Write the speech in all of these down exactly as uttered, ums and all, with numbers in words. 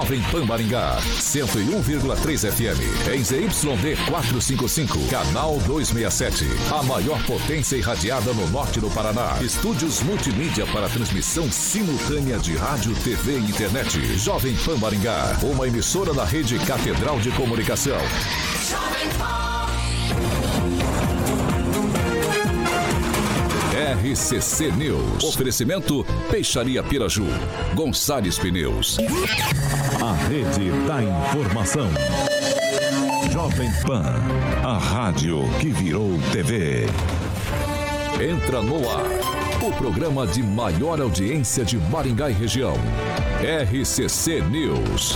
Jovem Pan Maringá, cento e um vírgula três F M. Em Z Y D quatrocentos e cinquenta e cinco, canal duzentos e sessenta e sete. A maior potência irradiada no norte do Paraná. Estúdios multimídia para transmissão simultânea de rádio, T V e internet. Jovem Pan Maringá, uma emissora da rede Catedral de Comunicação. Jovem Pan. R C C News. Oferecimento Peixaria Piraju. Gonçalves Pneus. A rede da informação. Jovem Pan. A rádio que virou T V. Entra no ar. O programa de maior audiência de Maringá e região. R C C News.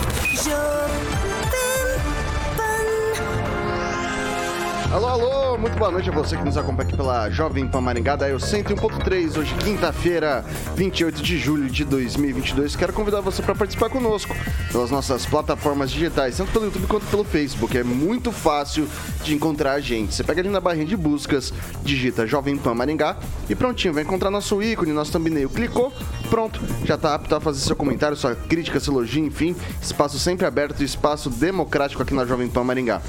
Alô, alô, muito boa noite a você que nos acompanha aqui pela Jovem Pan Maringá, da Eu cento e um ponto três, hoje quinta-feira, vinte e oito de julho de dois mil e vinte e dois. Quero convidar você para participar conosco pelas nossas plataformas digitais, tanto pelo YouTube quanto pelo Facebook. É muito fácil de encontrar a gente. Você pega ali na barrinha de buscas, digita Jovem Pan Maringá e prontinho, vai encontrar nosso ícone, nosso thumbnail. Clicou, pronto, já está apto a fazer seu comentário, sua crítica, seu elogio, enfim, espaço sempre aberto, espaço democrático aqui na Jovem Pan Maringá.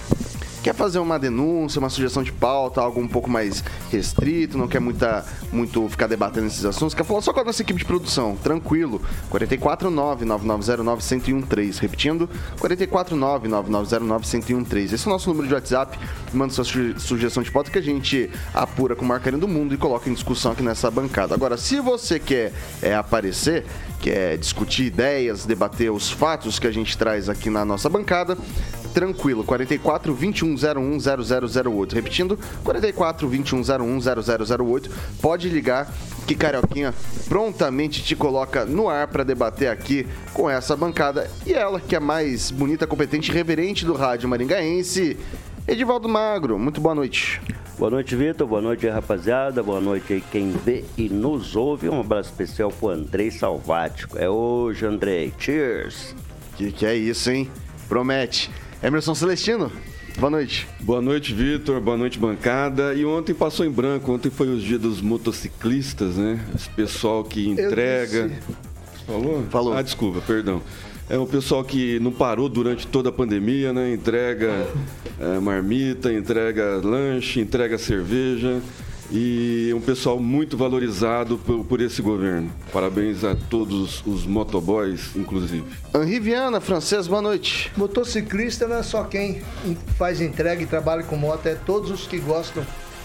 Quer fazer uma denúncia, uma sugestão de pauta, algo um pouco mais restrito, não quer muita, muito ficar debatendo esses assuntos, quer falar só com a nossa equipe de produção, tranquilo, quatro quatro nove, nove nove zero nove, um zero um três, repetindo, quatro quatro nove, nove nove zero nove, um zero um três. Esse é o nosso número de WhatsApp, manda sua sugestão de pauta que a gente apura com o maior carinho do mundo e coloca em discussão aqui nessa bancada. Agora, se você quer é, aparecer, quer discutir ideias, debater os fatos que a gente traz aqui na nossa bancada, tranquilo, quatro quatro, vinte e um zero um, zero zero zero oito. Repetindo, quatro quatro, vinte e um zero um, zero zero zero oito. Pode ligar que Carioquinha prontamente te coloca no ar para debater aqui com essa bancada. E ela, que é a mais bonita, competente e reverente do rádio maringaense, Edivaldo Magro. Muito boa noite. Boa noite, Vitor. Boa noite, rapaziada. Boa noite aí quem vê e nos ouve. Um abraço especial pro Andrei Salvático. É hoje, Andrei. Cheers. Que que é isso, hein? Promete. Emerson Celestino, boa noite. Boa noite, Vitor. Boa noite, bancada. E ontem passou em branco. Ontem foi os dias dos motociclistas, né? Esse pessoal que entrega... Falou? Falou. Ah, desculpa, perdão. É o pessoal que não parou durante toda a pandemia, né? Entrega é, marmita, entrega lanche, entrega cerveja. E é um pessoal muito valorizado por, por esse governo. Parabéns a todos os motoboys, inclusive. Henri Viana, francês, boa noite. Motociclista não é só quem faz entrega e trabalha com moto, é todos os que gostam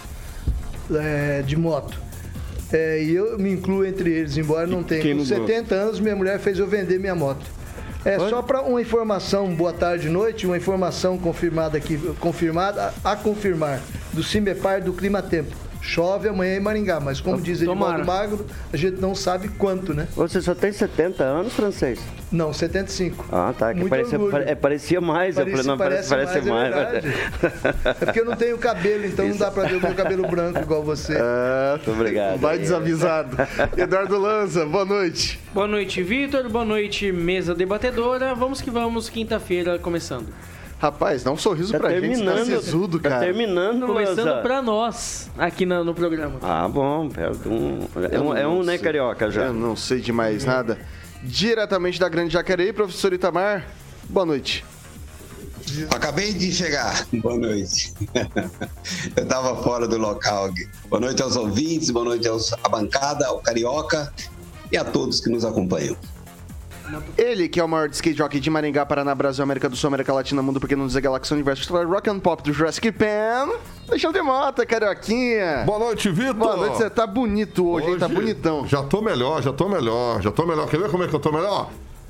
é, de moto. É, e eu me incluo entre eles, embora não tenha. Com setenta anos, minha mulher fez eu vender minha moto. É Oi? Só para uma informação, boa tarde, noite, uma informação confirmada aqui, confirmada a confirmar, do Cimbepar do Clima Tempo. Chove amanhã em Maringá, mas como diz Edivaldo Magro, a gente não sabe quanto, né? Você só tem setenta anos, francês? Não, setenta e cinco. Ah, tá. Que parecia, é, parecia mais. Parece, eu falei, não, parece, parece mais. mais. É, é porque eu não tenho cabelo, então Isso. não dá pra ver o meu cabelo branco igual você. É, muito obrigado. Vai desavisado. Eduardo Lanza, boa noite. Boa noite, Vitor. Boa noite, mesa debatedora. Vamos que vamos, quinta-feira começando. Rapaz, dá um sorriso tá pra gente, tá sesudo, tá cara. terminando, Começando Lanza. pra nós, aqui no, no programa. Ah, bom, é um, é um, é um né, Carioca, já. Eu não sei de mais nada. Diretamente da Grande Jacareí, professor Itamar, boa noite. Acabei de chegar. Boa noite. Eu tava fora do local. Boa noite aos ouvintes, boa noite aos, à bancada, ao Carioca e a todos que nos acompanham. Ele, que é o maior skate jockey de Maringá, Paraná, Brasil, América do Sul, América Latina, Mundo Pequeno, Zé Galáxia, Universo, Rock and Pop do Jurassic Pan, Alexandre Mota, Carioquinha. Boa noite, Vitor. Boa noite, você tá bonito hoje, hoje, hein? Tá bonitão. Já tô melhor, já tô melhor, já tô melhor. Quer ver como é que eu tô melhor?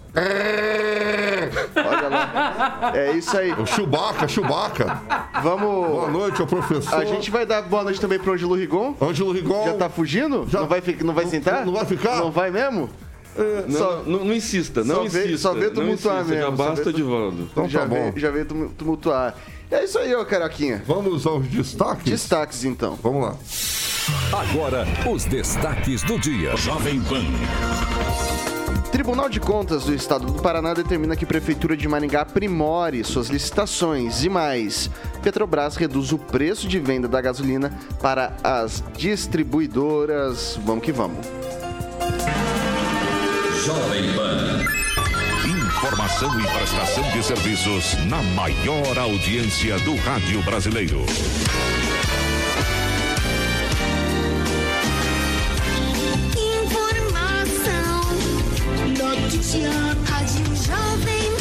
Olha lá. É isso aí. O Chewbacca, Chewbacca. Vamos. Boa noite, ao professor. A gente vai dar boa noite também pro Ângelo Rigon. Ângelo Rigon. Já tá fugindo? Já... Não vai, não vai sentar? Não, não vai ficar? Não vai mesmo? É, não, só, não, não insista, não só insista. Vê, só vê tumultuar insista, mesmo. Já basta, Edivaldo. Então já tá bom. Vê, já veio tumultuar. É isso aí, ô Carioquinha. Vamos aos destaques? Destaques, então. Vamos lá. Agora, os destaques do dia. Jovem Pan. Tribunal de Contas do Estado do Paraná determina que a Prefeitura de Maringá aprimore suas licitações e mais. Petrobras reduz o preço de venda da gasolina para as distribuidoras. Vamos que vamos. Jovem Pan. informação e prestação de serviços na maior audiência do rádio brasileiro. Informação, notícia, Rádio Jovem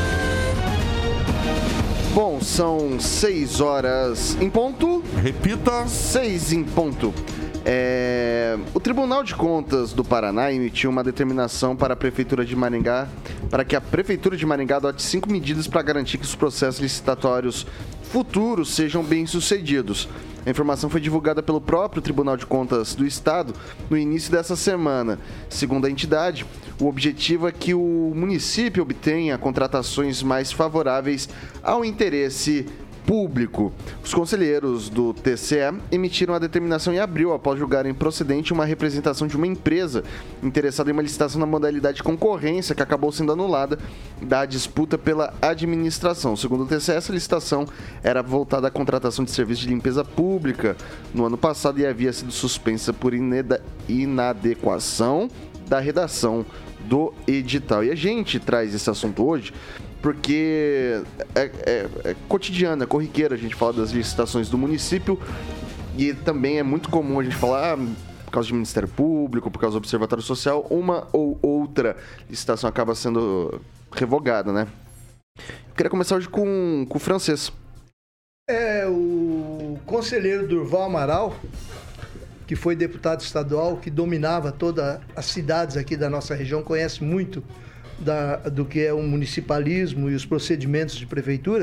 Pan. Bom, são seis horas em ponto. Repita. Seis em ponto. É, o Tribunal de Contas do Paraná emitiu uma determinação para a Prefeitura de Maringá, para que a Prefeitura de Maringá adote cinco medidas para garantir que os processos licitatórios futuros sejam bem-sucedidos. A informação foi divulgada pelo próprio Tribunal de Contas do Estado no início dessa semana. Segundo a entidade, o objetivo é que o município obtenha contratações mais favoráveis ao interesse público. Os conselheiros do T C E emitiram a determinação em abril, após julgarem procedente uma representação de uma empresa interessada em uma licitação na modalidade de concorrência, que acabou sendo anulada da disputa pela administração. Segundo o T C E, essa licitação era voltada à contratação de serviço de limpeza pública no ano passado e havia sido suspensa por ineda- inadequação da redação do edital. E a gente traz esse assunto hoje porque é, é, é cotidiano, é corriqueiro a gente falar das licitações do município e também é muito comum a gente falar, ah, por causa do Ministério Público, por causa do Observatório Social, uma ou outra licitação acaba sendo revogada, né? Eu queria começar hoje com, com o francês. É, o conselheiro Durval Amaral, que foi deputado estadual, que dominava todas as cidades aqui da nossa região, conhece muito Da, do que é o municipalismo e os procedimentos de prefeitura,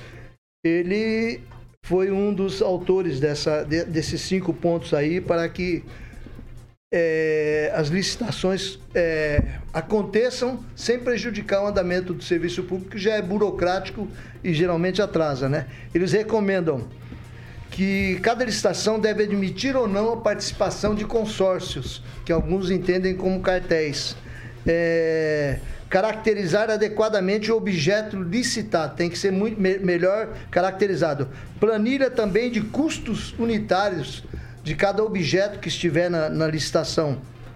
ele foi um dos autores dessa, de, desses cinco pontos aí para que é, as licitações é, aconteçam sem prejudicar o andamento do serviço público, que já é burocrático e geralmente atrasa, né? Eles recomendam que cada licitação deve admitir ou não a participação de consórcios, que alguns entendem como cartéis. É, caracterizar adequadamente o objeto licitado, tem que ser muito me- melhor caracterizado. Planilha também de custos unitários de cada objeto que estiver na, na licitação.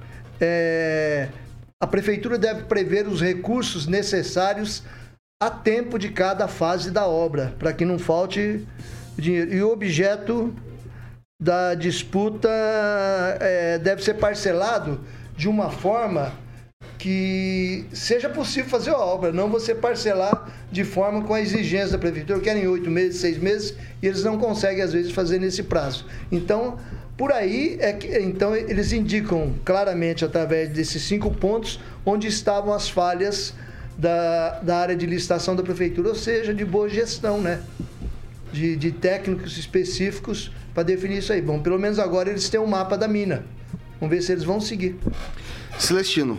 É, a prefeitura deve prever os recursos necessários a tempo de cada fase da obra, para que não falte dinheiro. E o objeto da disputa é, deve ser parcelado de uma forma que seja possível fazer a obra, não você parcelar de forma com a exigência da prefeitura, querem oito meses, seis meses, e eles não conseguem, às vezes, fazer nesse prazo. Então, por aí, é que, então eles indicam claramente, através desses cinco pontos, onde estavam as falhas da, da área de licitação da prefeitura, ou seja, de boa gestão, né? De, de técnicos específicos para definir isso aí. Bom, pelo menos agora eles têm um mapa da mina. Vamos ver se eles vão seguir. Celestino.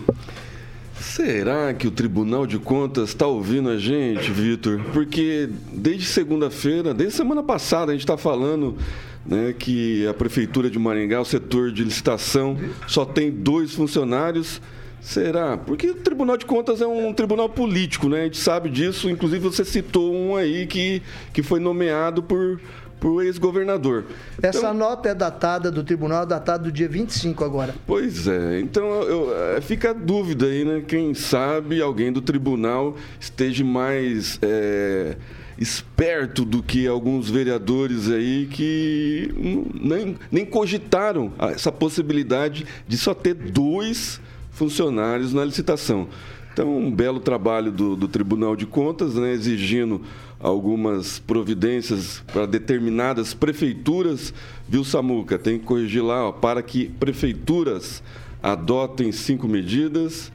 Será que o Tribunal de Contas está ouvindo a gente, Vitor? Porque desde segunda-feira, desde semana passada, a gente está falando, né, que a Prefeitura de Maringá, o setor de licitação, só tem dois funcionários. Será? Porque o Tribunal de Contas é um tribunal político, né? A gente sabe disso. Inclusive, você citou um aí que, que foi nomeado por... por ex-governador. Essa então, nota é datada do tribunal, é datada do dia vinte e cinco agora. Pois é. Então, eu, eu, fica a dúvida aí, né? Quem sabe alguém do tribunal esteja mais é, esperto do que alguns vereadores aí que nem, nem cogitaram essa possibilidade de só ter dois funcionários na licitação. Então, um belo trabalho do, do Tribunal de Contas, né, exigindo algumas providências para determinadas prefeituras, viu, Samuca? Tem que corrigir lá, ó, para que prefeituras adotem cinco medidas.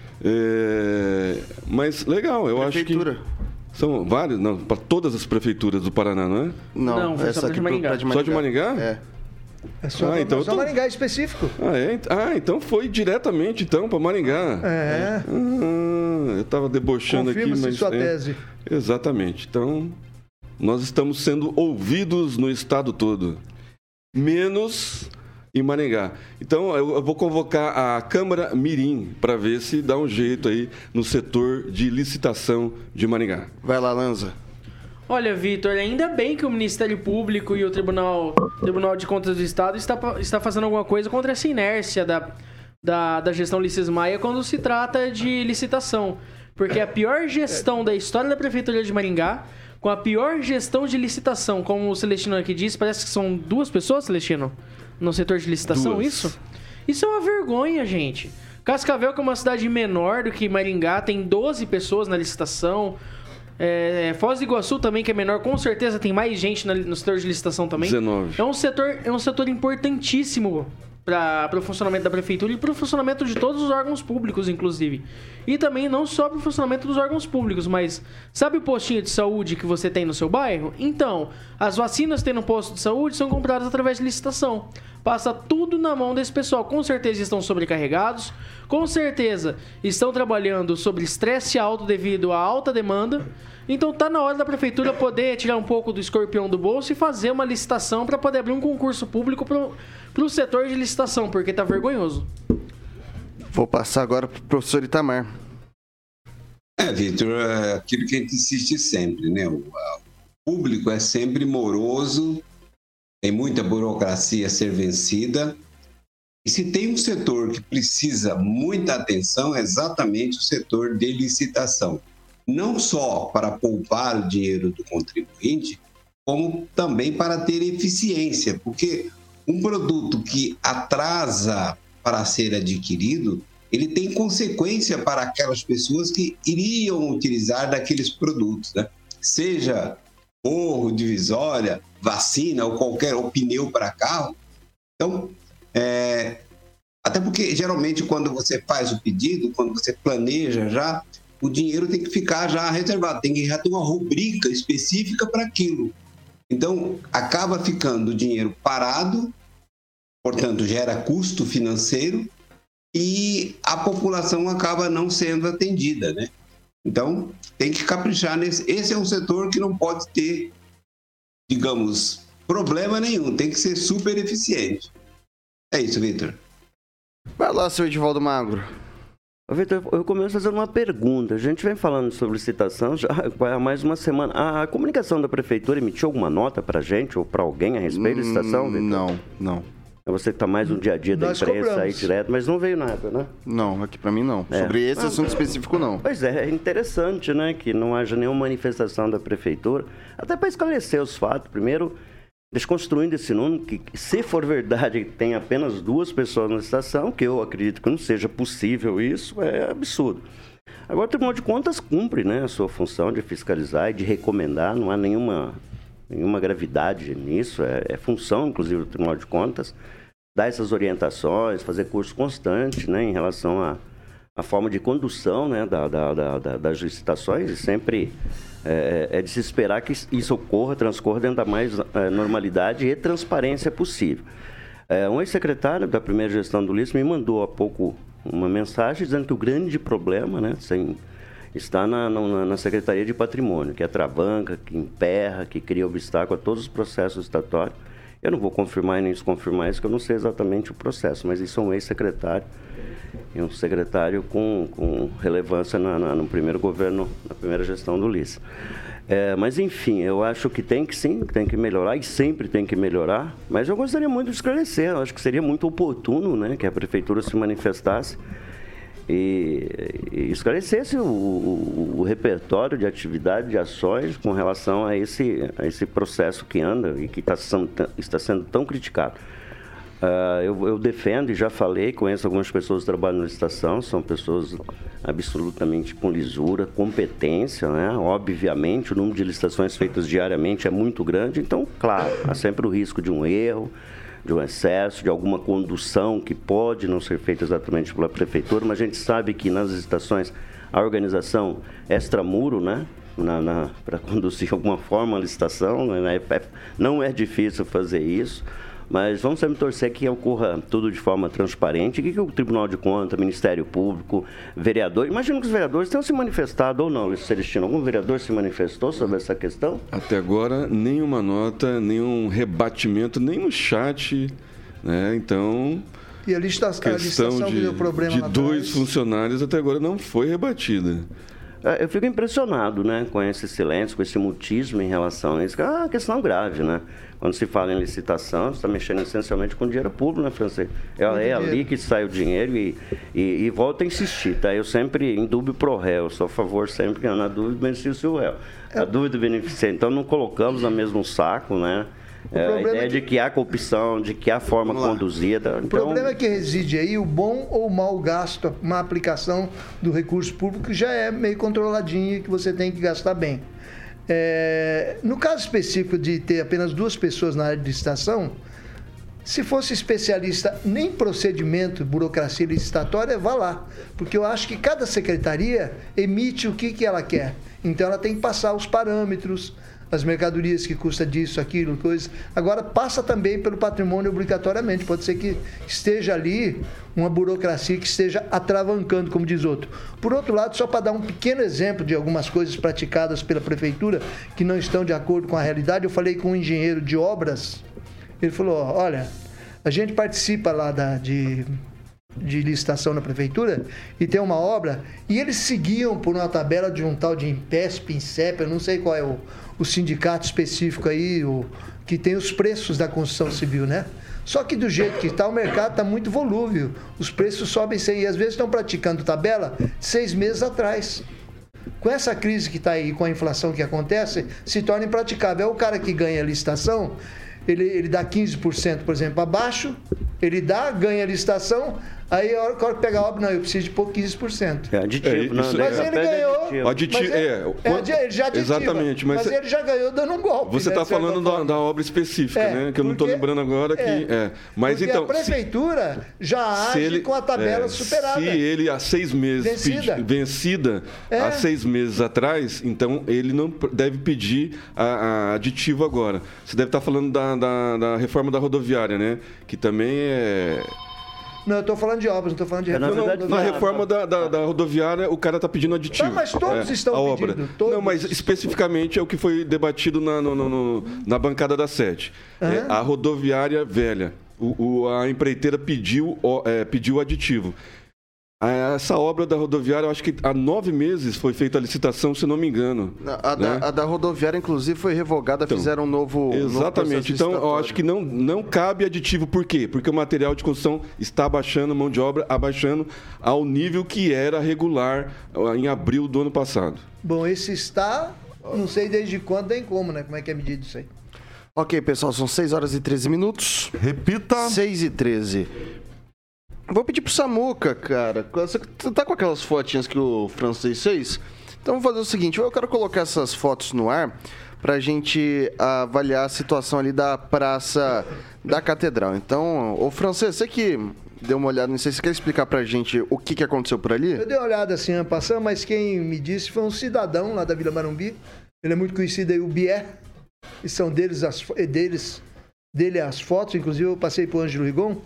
É, mas legal, eu Prefeitura. acho que são várias, não, para todas as prefeituras do Paraná, não é? Não, Não, foi essa só aqui de Maringá. pra de Só de Maringá? É. É só, Ah, então só eu tô- Maringá específico. Ah, é? Ah, então foi diretamente então para Maringá. É. Ah, eu estava debochando aqui, Confirma-se mas sua é, tese. exatamente. Então, nós estamos sendo ouvidos no estado todo, menos em Maringá. Então, eu eu vou convocar a Câmara Mirim para ver se dá um jeito aí no setor de licitação de Maringá. Vai lá, Lanza. Olha, Vitor, ainda bem que o Ministério Público e o Tribunal, Tribunal de Contas do Estado está, está fazendo alguma coisa contra essa inércia da, da, da gestão Ulisses Maia quando se trata de licitação. Porque a pior gestão da história da Prefeitura de Maringá, com a pior gestão de licitação, como o Celestino aqui disse, parece que são duas pessoas, Celestino, no setor de licitação, duas. isso? Isso é uma vergonha, gente. Cascavel, que é uma cidade menor do que Maringá, tem doze pessoas na licitação. É, Foz do Iguaçu também, que é menor, com certeza tem mais gente na, no setor de licitação também. dezenove. É um setor, é um setor importantíssimo para o funcionamento da prefeitura e para o funcionamento de todos os órgãos públicos, inclusive. E também não só para o funcionamento dos órgãos públicos, mas sabe o postinho de saúde que você tem no seu bairro? Então, as vacinas que tem no posto de saúde são compradas através de licitação. Passa tudo na mão desse pessoal. Com certeza estão sobrecarregados, com certeza estão trabalhando sobre estresse alto devido à alta demanda. Então tá na hora da prefeitura poder tirar um pouco do escorpião do bolso e fazer uma licitação para poder abrir um concurso público pro, pro setor de licitação, porque tá vergonhoso. Vou passar agora pro professor Itamar. É, Vitor, é aquilo que a gente insiste sempre, né? O público é sempre moroso, tem muita burocracia a ser vencida. E se tem um setor que precisa muita atenção, é exatamente o setor de licitação. Não só para poupar o dinheiro do contribuinte, como também para ter eficiência, porque um produto que atrasa para ser adquirido, ele tem consequência para aquelas pessoas que iriam utilizar daqueles produtos, né? Seja forro, divisória, vacina ou qualquer ou pneu para carro. Então, é, até porque geralmente quando você faz o pedido, quando você planeja já, o dinheiro tem que ficar já reservado, tem que já ter uma rubrica específica para aquilo. Então, acaba ficando o dinheiro parado, portanto, gera custo financeiro e a população acaba não sendo atendida, né? Então, tem que caprichar nesse. Esse é um setor que não pode ter, digamos, problema nenhum, tem que ser super eficiente. É isso, Vitor. Vai lá, seu Edivaldo Magro. Vitor, eu começo fazendo uma pergunta. A gente vem falando sobre licitação já há mais uma semana. A comunicação da prefeitura emitiu alguma nota para a gente ou para alguém a respeito da licitação, Vitor? Não, não. É você que está mais no dia a dia da Nós imprensa cobramos. aí direto, mas não veio nada, né? Não, aqui pra mim não. É. Sobre esse Ah, assunto específico, não. Pois é, é interessante, né, que não haja nenhuma manifestação da prefeitura, até para esclarecer os fatos. Primeiro, desconstruindo esse número, que se for verdade que tem apenas duas pessoas na licitação, que eu acredito que não seja possível isso, é absurdo. Agora, o Tribunal de Contas cumpre, né, a sua função de fiscalizar e de recomendar, não há nenhuma, nenhuma gravidade nisso, é, é função, inclusive, do Tribunal de Contas, dar essas orientações, fazer curso constante, né, em relação à, à forma de condução, né, da, da, da, da, das licitações, e sempre é, é de se esperar que isso ocorra, transcorra dentro da mais é, normalidade e transparência possível. É, um ex-secretário da primeira gestão do Ulisses me mandou há pouco uma mensagem dizendo que o grande problema, né, sem, está na, na, na Secretaria de Patrimônio, que atravanca, que emperra, que cria obstáculo a todos os processos licitatórios. Eu não vou confirmar e nem desconfirmar isso, que eu não sei exatamente o processo, mas isso é um ex-secretário, e um secretário com, com relevância na, na, no primeiro governo, na primeira gestão do Ulisses. É, mas, enfim, eu acho que tem que sim, tem que melhorar, e sempre tem que melhorar, mas eu gostaria muito de esclarecer, eu acho que seria muito oportuno, né, que a prefeitura se manifestasse e, e esclarecesse o, o, o repertório de atividade, de ações com relação a esse, a esse processo que anda e que está sendo, está sendo tão criticado. Uh, eu, eu defendo e já falei, conheço algumas pessoas que trabalham na licitação, são pessoas absolutamente com lisura, competência, né? Obviamente, o número de licitações feitas diariamente é muito grande, então, claro, há sempre o risco de um erro, de um excesso, de alguma condução que pode não ser feita exatamente pela prefeitura, mas a gente sabe que nas licitações a organização extramuro, né, para conduzir de alguma forma a licitação, né, não é difícil fazer isso, mas vamos sempre torcer que ocorra tudo de forma transparente. O que, que o Tribunal de Contas, Ministério Público, vereador... Imagino que os vereadores tenham se manifestado ou não, Celestino. Algum vereador se manifestou sobre essa questão? Até agora, nenhuma nota, nenhum rebatimento, nem no chat, né? Então... E a licitação, a questão a licitação de, deu problema de lá dois atrás. funcionários até agora não foi rebatida. Eu fico impressionado, né, com esse silêncio, com esse mutismo em relação a isso. É uma questão grave, né? Quando se fala em licitação, você está mexendo essencialmente com dinheiro público, né, Francês? É, é ali que sai o dinheiro e, e, e volto a insistir, tá? Eu sempre, em dúvida pro réu, sou a favor sempre que na dúvida beneficia o réu. A dúvida beneficia, então não colocamos no mesmo saco, né? É, a ideia é que... de que há corrupção, de que há forma conduzida. O então... problema é que reside aí o bom ou mau gasto, uma aplicação do recurso público que já é meio controladinho e que você tem que gastar bem. É... No caso específico de ter apenas duas pessoas na área de licitação, se fosse especialista em procedimento, burocracia licitatória, vá lá. Porque eu acho que cada secretaria emite o que, que ela quer. Então ela tem que passar os parâmetros, as mercadorias que custa disso, aquilo, coisa. Agora passa também pelo patrimônio obrigatoriamente. Pode ser que esteja ali uma burocracia que esteja atravancando, como diz outro. Por outro lado, só para dar um pequeno exemplo de algumas coisas praticadas pela prefeitura que não estão de acordo com a realidade, eu falei com um engenheiro de obras. Ele falou, olha, a gente participa lá da, de, de licitação na prefeitura e tem uma obra e eles seguiam por uma tabela de um tal de Impesp, Incep, eu não sei qual é o o sindicato específico aí, o, que tem os preços da construção civil, né? Só que do jeito que está, o mercado está muito volúvel. Os preços sobem sem, e às vezes estão praticando tabela seis meses atrás. Com essa crise que está aí, com a inflação que acontece, se torna impraticável. É o cara que ganha a licitação, ele, ele dá quinze por cento, por exemplo, abaixo, ele dá, ganha a licitação, aí a hora que pega a obra, não, eu preciso de pôr quinze por cento. É aditivo, é, isso, mas é, ele ganhou. Aditivo. Aditivo, mas ele, é, é, ele já aditiva, exatamente, mas, mas ele já ganhou dando um golpe. Você está né, falando da, da obra específica, é, né? Que eu não estou lembrando agora. Que, é, é. Mas porque então, a prefeitura se, já age ele, com a tabela é, superada. Se ele há seis meses vencida, pedi, vencida é. há seis meses atrás, então ele não deve pedir a, a aditivo agora. Você deve estar falando da, da, da reforma da rodoviária, né? Que também é... Não, eu estou falando de obras, não estou falando de reforma. Não, não, na reforma da, da, da rodoviária, o cara está pedindo aditivo. Tá, mas todos é, estão a pedindo. Obra. Todos. Não, mas especificamente é o que foi debatido na, no, no, no, na bancada da sete. Uhum. É, a rodoviária velha. O, o, a empreiteira pediu, é, pediu aditivo. Essa obra da rodoviária, eu acho que há nove meses foi feita a licitação, se não me engano. A, né? da, a da rodoviária, inclusive, foi revogada, então, fizeram um novo. Exatamente. Um novo então, eu acho que não, não cabe aditivo. Por quê? Porque o material de construção está abaixando, mão de obra abaixando ao nível que era regular em abril do ano passado. Bom, esse está, não sei desde quando nem como, né? Como é que é medido isso aí? Ok, pessoal, são seis horas e treze minutos. Repita. seis e treze. Vou pedir pro Samuca, cara. Você tá com aquelas fotinhas que o Francês fez? Então vou fazer o seguinte, eu quero colocar essas fotos no ar pra gente avaliar a situação ali da Praça da Catedral. Então, ô Francês, você que deu uma olhada, não sei se você quer explicar pra gente o que, que aconteceu por ali? Eu dei uma olhada assim, passando, mas quem me disse foi um cidadão lá da Vila Marumbi. Ele é muito conhecido aí, o Bié. E são deles, as, deles, dele as fotos, inclusive eu passei pro Ângelo Rigon.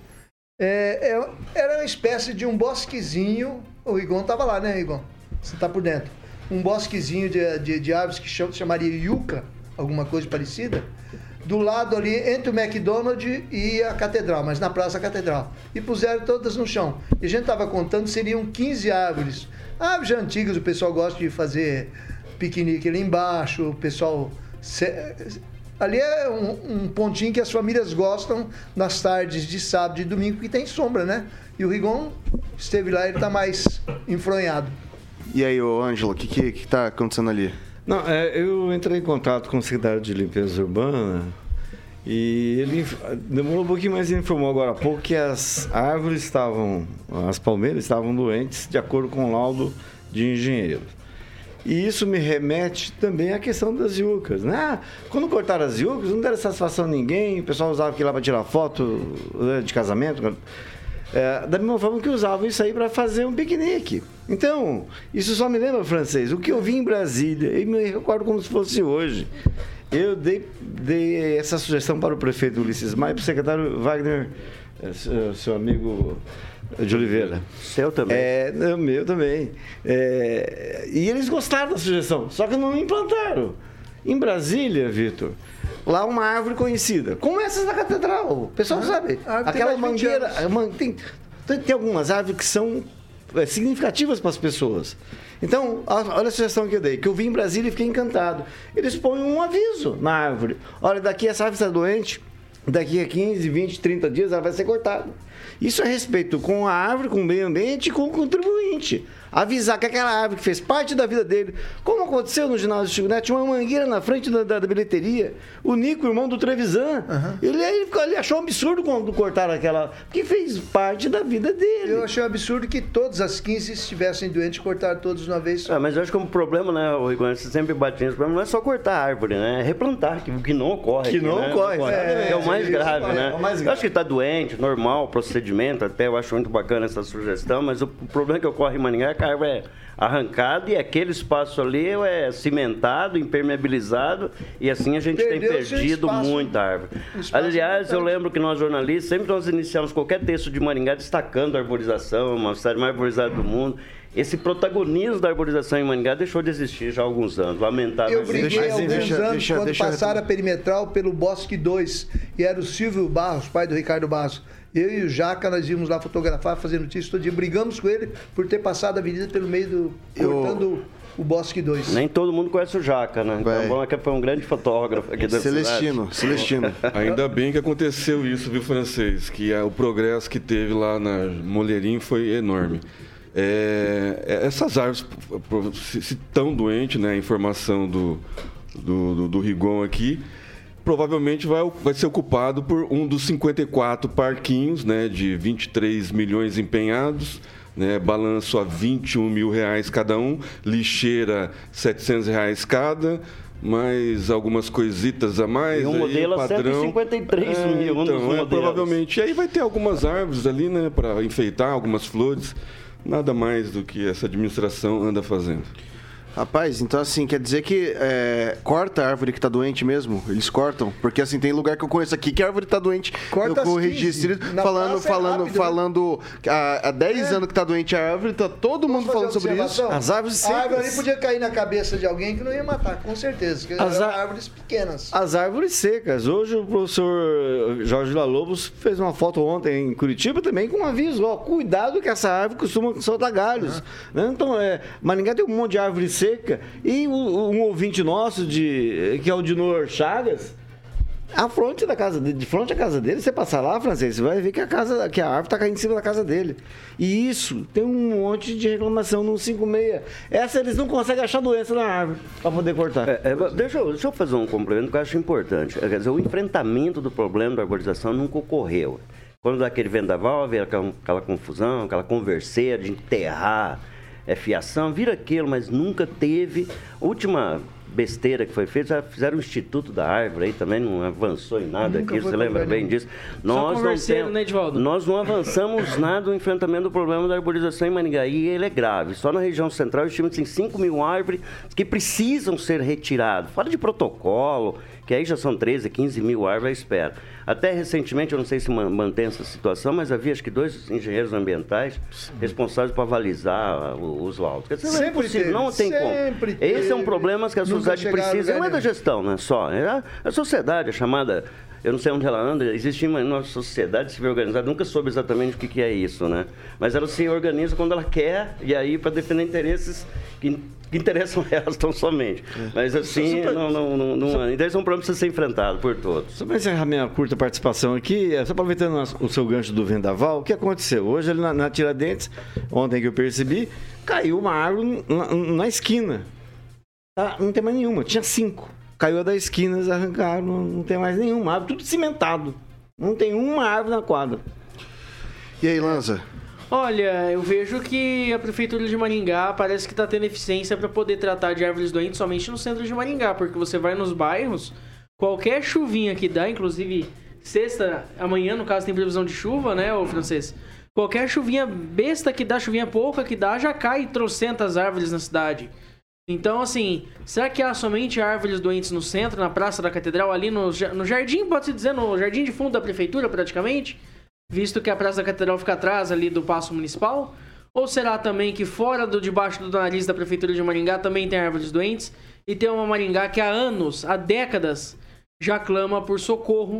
É, é, era uma espécie de um bosquezinho. O Rigon estava lá, né, Rigon? Você está por dentro. Um bosquezinho de, de, de árvores que chama, chamaria yucca, alguma coisa parecida, do lado ali entre o McDonald's e a Catedral, mas na Praça Catedral. E puseram todas no chão. E a gente estava contando, seriam quinze árvores. Árvores antigas, o pessoal gosta de fazer piquenique ali embaixo, o pessoal... Ali é um, um pontinho que as famílias gostam nas tardes de sábado e domingo, que tem sombra, né? E o Rigon esteve lá, ele está mais enfronhado. E aí, ô Ângelo, o que, que, que tá acontecendo ali? Não, é, eu entrei em contato com o secretário de Limpeza Urbana e ele demorou um pouquinho, mas ele informou agora há pouco que as árvores estavam, as palmeiras estavam doentes, de acordo com o laudo de engenheiros. E isso me remete também à questão das yucas, né? Quando cortaram as yucas, não deram satisfação a ninguém, o pessoal usava aquilo lá para tirar foto de casamento, é, da mesma forma que usavam isso aí para fazer um piquenique. Então, isso só me lembra, Francês, o que eu vi em Brasília, e me recordo como se fosse hoje. Eu dei, dei essa sugestão para o prefeito Ulisses Maia, para o secretário Wagner, seu amigo... de Oliveira. Seu também. É, não, meu também. É, e eles gostaram da sugestão, só que não implantaram. Em Brasília, Vitor, lá uma árvore conhecida, como essas da Catedral. O pessoal ah, sabe. Aquela mangueira. Man, tem, tem algumas árvores que são é, significativas para as pessoas. Então, olha a sugestão que eu dei, que eu vim em Brasília e fiquei encantado. Eles põem um aviso na árvore. Olha, daqui essa árvore está doente, daqui a quinze, vinte, trinta dias ela vai ser cortada. Isso é respeito com a árvore, com o meio ambiente e com o contribuinte. Avisar que aquela árvore que fez parte da vida dele, como aconteceu no ginásio do Chico Neto, tinha uma mangueira na frente da, da, da bilheteria. O Nico, irmão do Trevisan, uhum. ele, ele, ele achou um absurdo quando cortaram aquela, porque fez parte da vida dele. Eu achei um absurdo que todas as quinze estivessem doentes e cortaram todos de uma vez só. Ah, mas eu acho que o problema, né, o Rigon, você sempre bate nisso, o problema não é só cortar a árvore, né? É replantar, que, que não ocorre. Que aqui, não né? ocorre. Não é, é, é o mais é, grave, é, né? É o mais grave. Eu acho que está doente, normal, procedimento, até eu acho muito bacana essa sugestão, mas o problema que ocorre em Maringá é que a árvore é arrancado e aquele espaço ali é cimentado, impermeabilizado e assim a gente Perdeu tem perdido muita árvore. Aliás, eu lembro que nós jornalistas, sempre nós iniciamos qualquer texto de Maringá destacando a arborização, uma cidade mais arborizada do mundo. Esse protagonismo da arborização em Maringá deixou de existir já há alguns anos, lamentável. Eu briguei há alguns deixa, anos deixa, quando deixa, passaram deixa... a perimetral pelo Bosque dois e era o Silvio Barros, pai do Ricardo Barros. Eu e o Jaca, nós íamos lá fotografar, fazer notícias todo dia. Brigamos com ele por ter passado a avenida pelo meio do... Eu... cortando o Bosque dois. Nem todo mundo conhece o Jaca, né? Então, bom, é que foi um grande fotógrafo aqui da Celestino, cidade. Celestino. Ainda bem que aconteceu isso, viu, francês? Que a, o progresso que teve lá na Moleirinho foi enorme. É, essas árvores, se, se tão doente, né, a informação do, do, do, do Rigon aqui, provavelmente vai, vai ser ocupado por um dos cinquenta e quatro parquinhos, né, de vinte e três milhões empenhados, né, balanço a vinte e um mil reais cada um, lixeira setecentos reais cada, mais algumas coisitas a mais. E um aí, modelo padrão. a cento e cinquenta e três é, mil, um então, dos é, provavelmente. E aí vai ter algumas árvores ali, né, para enfeitar, algumas flores. Nada mais do que essa administração anda fazendo. Rapaz, então assim, quer dizer que é, corta a árvore que tá doente mesmo? Eles cortam? Porque assim, tem lugar que eu conheço aqui que a árvore tá doente. Corta eu corrigi falando, falando, é falando né? há, há dez é. anos que tá doente a árvore, tá todo mundo falando sobre isso. As árvores secas. A árvore ali podia cair na cabeça de alguém que não ia matar, com certeza. Porque as eram árvores pequenas. As árvores secas. Hoje o professor Jorge Villa-Lobos fez uma foto ontem em Curitiba também com um aviso, ó, cuidado que essa árvore costuma soltar galhos. Uhum. Né? Então, é, Maringá tem um monte de árvore seca. E um ouvinte nosso, de, que é o Dinor Chagas, a fronte da casa dele, de frente à casa dele, você passar lá, francês, você vai ver que a, casa, que a árvore está caindo em cima da casa dele. E isso tem um monte de reclamação no cento e cinquenta e seis. Essa eles não conseguem achar doença na árvore para poder cortar. É, é, deixa, eu, deixa eu fazer um complemento que eu acho importante. Quer dizer, o enfrentamento do problema da arborização nunca ocorreu. Quando dá aquele vendaval, havia aquela, aquela confusão, aquela converseira de enterrar. É fiação, vira aquilo, mas nunca teve. A última besteira que foi feita, já fizeram o Instituto da Árvore aí também, não avançou em nada aqui, você lembra bem disso? Nós não, tem, né, Edvaldo? nós não avançamos nada no enfrentamento do problema da arborização em Maringá, e ele é grave. Só na região central estima-se em cinco mil árvores que precisam ser retiradas. Fala de protocolo, que aí já são treze, quinze mil árvores à espera. Até recentemente, eu não sei se mantém essa situação, mas havia acho que dois engenheiros ambientais Sim. responsáveis por avalizar os laudos. Quer dizer, sempre não é teve, não tem como. Teve. Esse é um problema que a sociedade precisa, não é da gestão, né, só. É a, a sociedade, a chamada... Eu não sei onde ela anda, existe uma nossa sociedade civil organizada, nunca soube exatamente o que, que é isso, né? Mas ela se organiza quando ela quer, e aí para defender interesses que, que interessam elas tão somente. Mas assim, pra, não, não, não, não, só, então esse é um problema que precisa ser enfrentado por todos. Só para encerrar minha curta participação aqui, só aproveitando o seu gancho do vendaval, o que aconteceu? Hoje ali na, na Tiradentes, ontem que eu percebi, caiu uma árvore na, na esquina. Tá? Não tem mais nenhuma, tinha cinco. Caiu da esquina, eles arrancaram, não tem mais nenhuma árvore, tudo cimentado. Não tem uma árvore na quadra. E aí, Lanza? Olha, eu vejo que a Prefeitura de Maringá parece que está tendo eficiência para poder tratar de árvores doentes somente no centro de Maringá, porque você vai nos bairros, qualquer chuvinha que dá, inclusive sexta, amanhã, no caso, tem previsão de chuva, né, ô francês? Qualquer chuvinha besta que dá, chuvinha pouca que dá, já cai trocentas árvores na cidade. Então, assim, será que há somente árvores doentes no centro, na Praça da Catedral, ali no, no jardim, pode-se dizer, no jardim de fundo da Prefeitura, praticamente? Visto que a Praça da Catedral fica atrás ali do Paço Municipal? Ou será também que fora do debaixo do nariz da Prefeitura de Maringá também tem árvores doentes? E tem uma Maringá que há anos, há décadas, já clama por socorro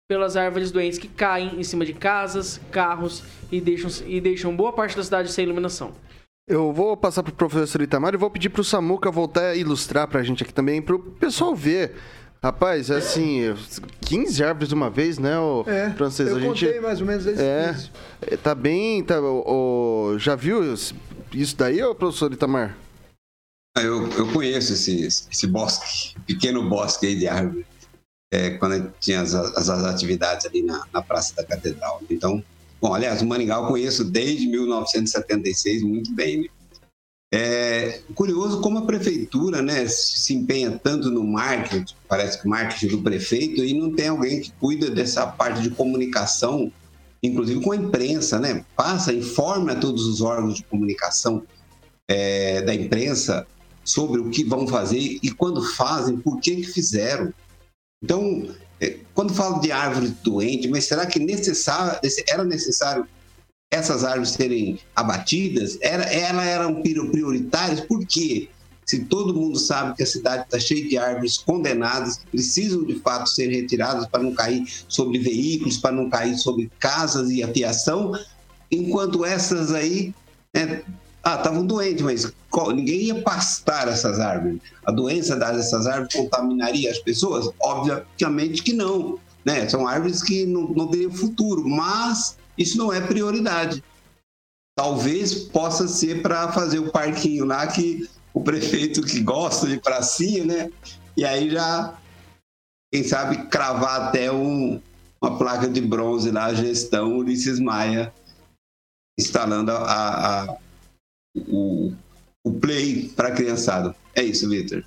pelas árvores doentes que caem em cima de casas, carros e deixam, e deixam boa parte da cidade sem iluminação. Eu vou passar pro professor Itamar e vou pedir pro Samuca voltar a ilustrar pra gente aqui também, pro pessoal ver. Rapaz, é assim, quinze árvores de uma vez, né, o é, francês? Eu a gente, contei mais ou menos esse é, quinze. Tá bem, tá, o, o, já viu isso daí, ô, professor Itamar? Eu, eu conheço esse, esse bosque, pequeno bosque aí de árvore, é, quando tinha as, as, as atividades ali na, na Praça da Catedral. Então, bom, aliás, o Maringá eu conheço desde mil novecentos e setenta e seis muito bem, né? É curioso como a prefeitura, né, se empenha tanto no marketing, parece que o marketing do prefeito, e não tem alguém que cuida dessa parte de comunicação, inclusive com a imprensa, né? Passa, informa todos os órgãos de comunicação é, da imprensa sobre o que vão fazer e quando fazem, por que que fizeram. Então, é, quando falo de árvore doente, mas será que necessário, era necessário essas árvores serem abatidas? Era, elas eram prioritárias? Por quê? Se todo mundo sabe que a cidade está cheia de árvores condenadas, que precisam de fato ser retiradas para não cair sobre veículos, para não cair sobre casas e aviação, enquanto essas aí, né, ah, estavam doentes, mas ninguém ia pastar essas árvores. A doença dessas árvores contaminaria as pessoas? Obviamente que não, né? São árvores que não, não teriam futuro, mas isso não é prioridade. Talvez possa ser para fazer o parquinho lá, que o prefeito que gosta de pracinha, né? E aí já, quem sabe, cravar até um, uma placa de bronze lá, gestão Ulisses Maia, instalando a, a, o, o play para a criançada. É isso, Vitor.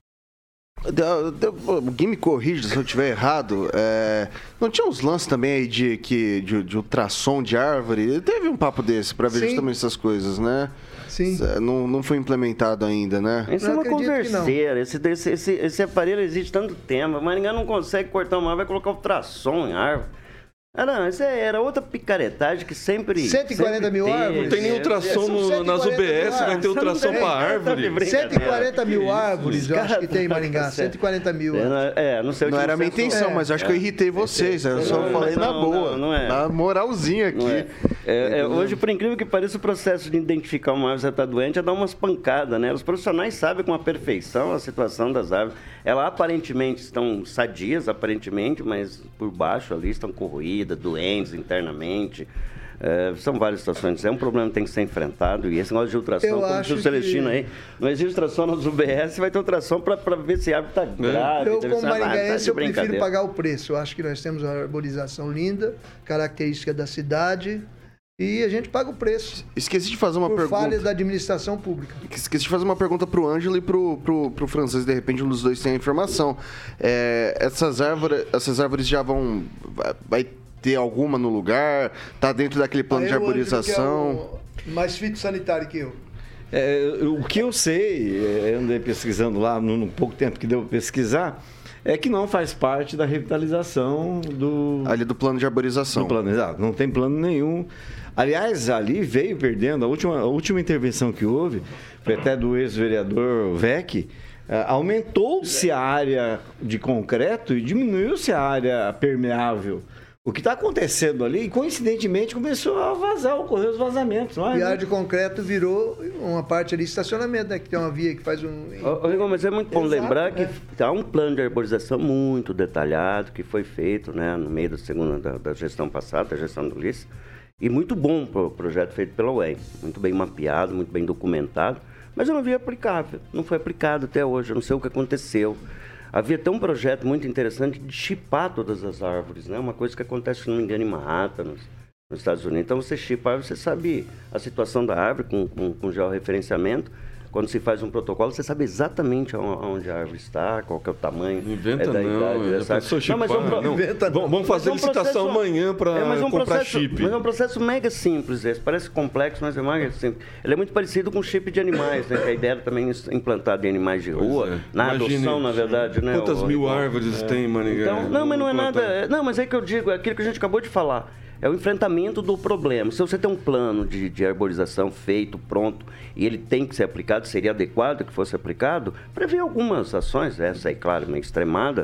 Alguém me corrige se eu estiver errado. É, não tinha uns lances também aí de, de, de, de ultrassom de árvore? Teve um papo desse para ver Sim. justamente essas coisas, né? Sim. Não, não foi implementado ainda, né? Isso não é uma converseira. Esse, esse, esse, esse aparelho existe tanto tempo. Mas ninguém não consegue cortar uma árvore, vai colocar ultrassom em árvore. Ah, não, isso era outra picaretagem que sempre... cento e quarenta mil árvores? Não tem nem ultrassom no, nas U B S, vai ter ultrassom para árvore. cento e quarenta mil árvores, eu acho que tem em Maringá. cento e quarenta mil. É, não sei o que Não era a minha intenção, é. mas eu acho que eu irritei vocês. Eu só falei na boa. Não, não é. Na moralzinha aqui. É. É, é, hoje, por incrível que pareça, o processo de identificar uma árvore que está doente é dar umas pancadas, né? Os profissionais sabem com a perfeição a situação das árvores. Elas aparentemente estão sadias, aparentemente, mas por baixo ali estão corroídas, doentes internamente. É, são várias situações. É um problema que tem que ser enfrentado. E esse negócio de ultrassom, eu como diz o Celestino que... aí, não existe ultrassom nas U B S, vai ter ultrassom para ver se a árvore está grave. Eu, como maringaense, eu prefiro pagar o preço. Eu acho que nós temos uma arborização linda, característica da cidade, e a gente paga o preço. Esqueci de fazer uma por pergunta. falha da administração pública. Esqueci de fazer uma pergunta pro Ângelo e pro, pro, pro francês, de repente um dos dois tem a informação. É, essas, árvores, essas árvores já vão... Vai ter alguma no lugar? Tá dentro daquele plano de arborização? É o mais fitossanitário que eu. É, o que eu sei, eu andei pesquisando lá no, no pouco tempo que deu para pesquisar, é que não faz parte da revitalização do... Ali do plano de arborização. Do plano, exato. Não tem plano nenhum. Aliás, ali veio perdendo, a última, a última intervenção que houve, foi até do ex-vereador Vec, aumentou-se a área de concreto e diminuiu-se a área permeável. O que está acontecendo ali, coincidentemente, começou a vazar, ocorrer os vazamentos. Não é, e a área de concreto virou uma parte ali de estacionamento, né? Que tem uma via que faz um... Ô, Rigon, mas é muito bom Exato, lembrar que é. há um plano de arborização muito detalhado que foi feito, né, no meio da segunda da, da gestão passada, da gestão do Ulisses, e muito bom o projeto feito pela U E M, muito bem mapeado, muito bem documentado, mas eu não vi aplicável, não foi aplicado até hoje, eu não sei o que aconteceu. Havia até um projeto muito interessante de chipar todas as árvores, né? Uma coisa que acontece, se não me engano, em Manhattan, nos, nos Estados Unidos. Então, você chipa a árvore, você sabe a situação da árvore com, com, com georreferenciamento. Quando se faz um protocolo, você sabe exatamente onde a árvore está, qual que é o tamanho. Inventa é da não, idade dessa árvore. Não, mas um pro... não. Inventa não. Vamos fazer é um licitação processo... amanhã para é, um comprar processo... chip. Mas é um processo mega simples esse. Parece complexo, mas é mega simples. Ele é muito parecido com chip de animais, né? Que a ideia também é implantada em animais de rua, é. na Imagine adoção, na verdade. Né? Quantas o... mil árvores é. tem em Maringá? Então, não, mas não é nada... Não, mas é que eu digo, é aquilo que a gente acabou de falar. É o enfrentamento do problema. Se você tem um plano de, de arborização feito, pronto, e ele tem que ser aplicado, seria adequado que fosse aplicado, prevê algumas ações, essa aí, claro, meio extremada,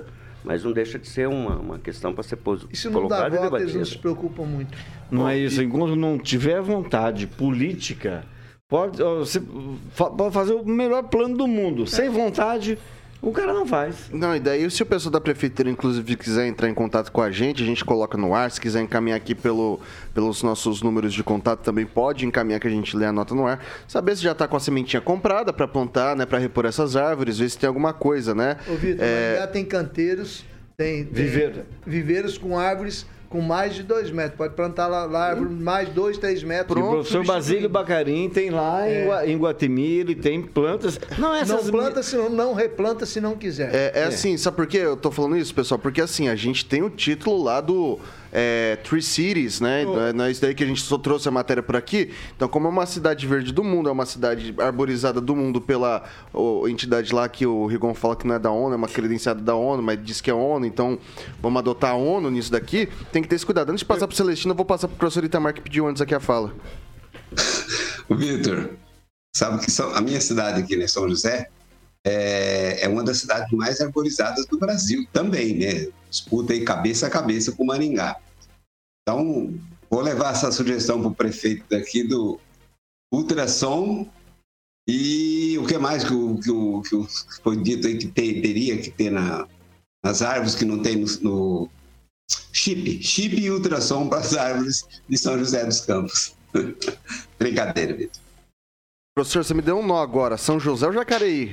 Mas não deixa de ser uma, uma questão para ser colocada e se não dá e voto, debatida. eles não se preocupam muito. Não Bom, é isso. E... Enquanto não tiver vontade política, pode, você pode fazer o melhor plano do mundo. É. Sem vontade... O cara não faz. Não, e daí se o pessoal da prefeitura, inclusive, quiser entrar em contato com a gente, a gente coloca no ar. Se quiser encaminhar aqui pelo, pelos nossos números de contato, também pode encaminhar que a gente lê a nota no ar. Saber se já está com a sementinha comprada para plantar, né? Para repor essas árvores, ver se tem alguma coisa, né? Ô, Vitor, é... já tem canteiros, tem, tem Viveiro. viveiros com árvores com mais de dois metros. Pode plantar lá, lá árvore mais dois, três metros. Pronto, o professor Basílio Bacarim tem lá é. em Guatemi, ele tem plantas. Não, essas não planta, se não, não replanta se não quiser. É, é, é assim, sabe por que eu tô falando isso, pessoal? Porque assim, a gente tem o título lá do é, Tree Cities, né? Oh. Não é isso daí que a gente só trouxe a matéria por aqui. Então, como é uma cidade verde do mundo, é uma cidade arborizada do mundo pela oh, entidade lá que o Rigon fala que não é da ONU, é uma credenciada da ONU, mas diz que é ONU, então vamos adotar a ONU nisso daqui. Tem que ter esse cuidado. Antes de passar pro Celestino, eu vou passar pro professor Itamar que pediu antes aqui a fala. Vitor, sabe que são, a minha cidade aqui, né, São José, é, é uma das cidades mais arborizadas do Brasil também, né? Disputa aí cabeça a cabeça com Maringá. Então, vou levar essa sugestão pro prefeito daqui do ultrassom e o que mais que, o, que, o, que foi dito aí que ter, teria que ter na, nas árvores que não tem no... no Chip, chip e ultrassom para as árvores de São José dos Campos. Brincadeira, Vitor. Professor, você me deu um nó agora. São José ou Jacareí?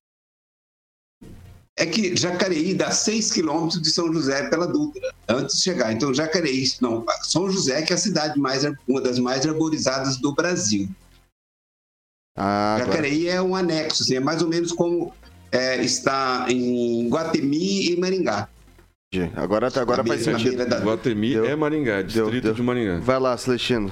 É que Jacareí dá seis quilômetros de São José pela Dutra, antes de chegar. Então, Jacareí, não, São José que é a cidade mais, uma das mais arborizadas do Brasil. Ah, Jacareí agora... é um anexo, assim, é mais ou menos como é, está em Guatemi e Maringá. Agora, agora faz sentido. Da... Guatemi deu, é Maringá, distrito deu, deu. de Maringá. Vai lá, Celestino.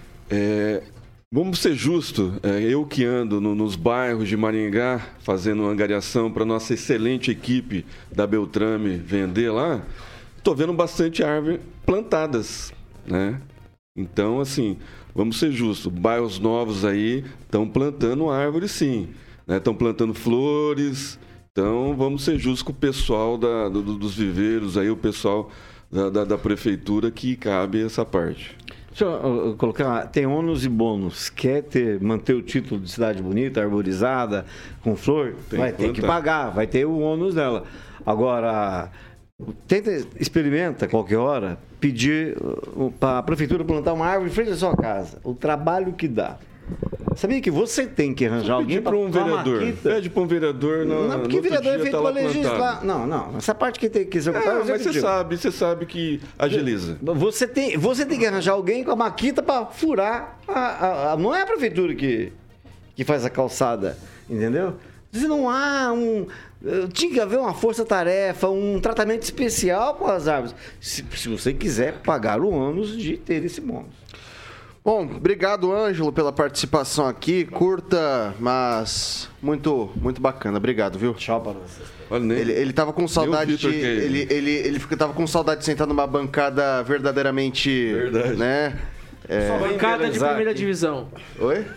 É, vamos ser justos. É, eu que ando no, nos bairros de Maringá, fazendo angariação para nossa excelente equipe da Beltrame vender lá, estou vendo bastante árvores plantadas, né? Então, assim, vamos ser justos. Bairros novos aí estão plantando árvores, sim. Estão né? plantando flores... Então, vamos ser justos com o pessoal da, do, dos viveiros, aí, o pessoal da, da, da prefeitura que cabe essa parte. Deixa eu, eu colocar, tem ônus e bônus. Quer ter, manter o título de cidade bonita, arborizada, com flor? Tem vai ter que pagar, vai ter o ônus dela. Agora, tenta, experimenta qualquer hora, pedir para a prefeitura plantar uma árvore em frente à sua casa. O trabalho que dá. Sabia que você tem que arranjar alguém para um vereador. Pede para um vereador. No, não, porque vereador é feito para legislar. Não, não. Essa parte que tem que executar. É, mas você sabe, você sabe que agiliza. Você tem, você tem que arranjar alguém com a maquita para furar. A, a, a, não é a prefeitura que, que faz a calçada, entendeu? Se não há um. Tinha que haver uma força-tarefa, um tratamento especial com as árvores. Se, se você quiser pagar o ônus de ter esse bônus. Bom, obrigado, Ângelo, pela participação aqui. Curta, mas muito, muito bacana. Obrigado, viu? Tchau para vocês. Ele, ele tava com saudade de. Ele, ele, ele tava com saudade de sentar numa bancada verdadeiramente. Verdade. Né? É... Bancada de primeira aqui. Divisão. Oi?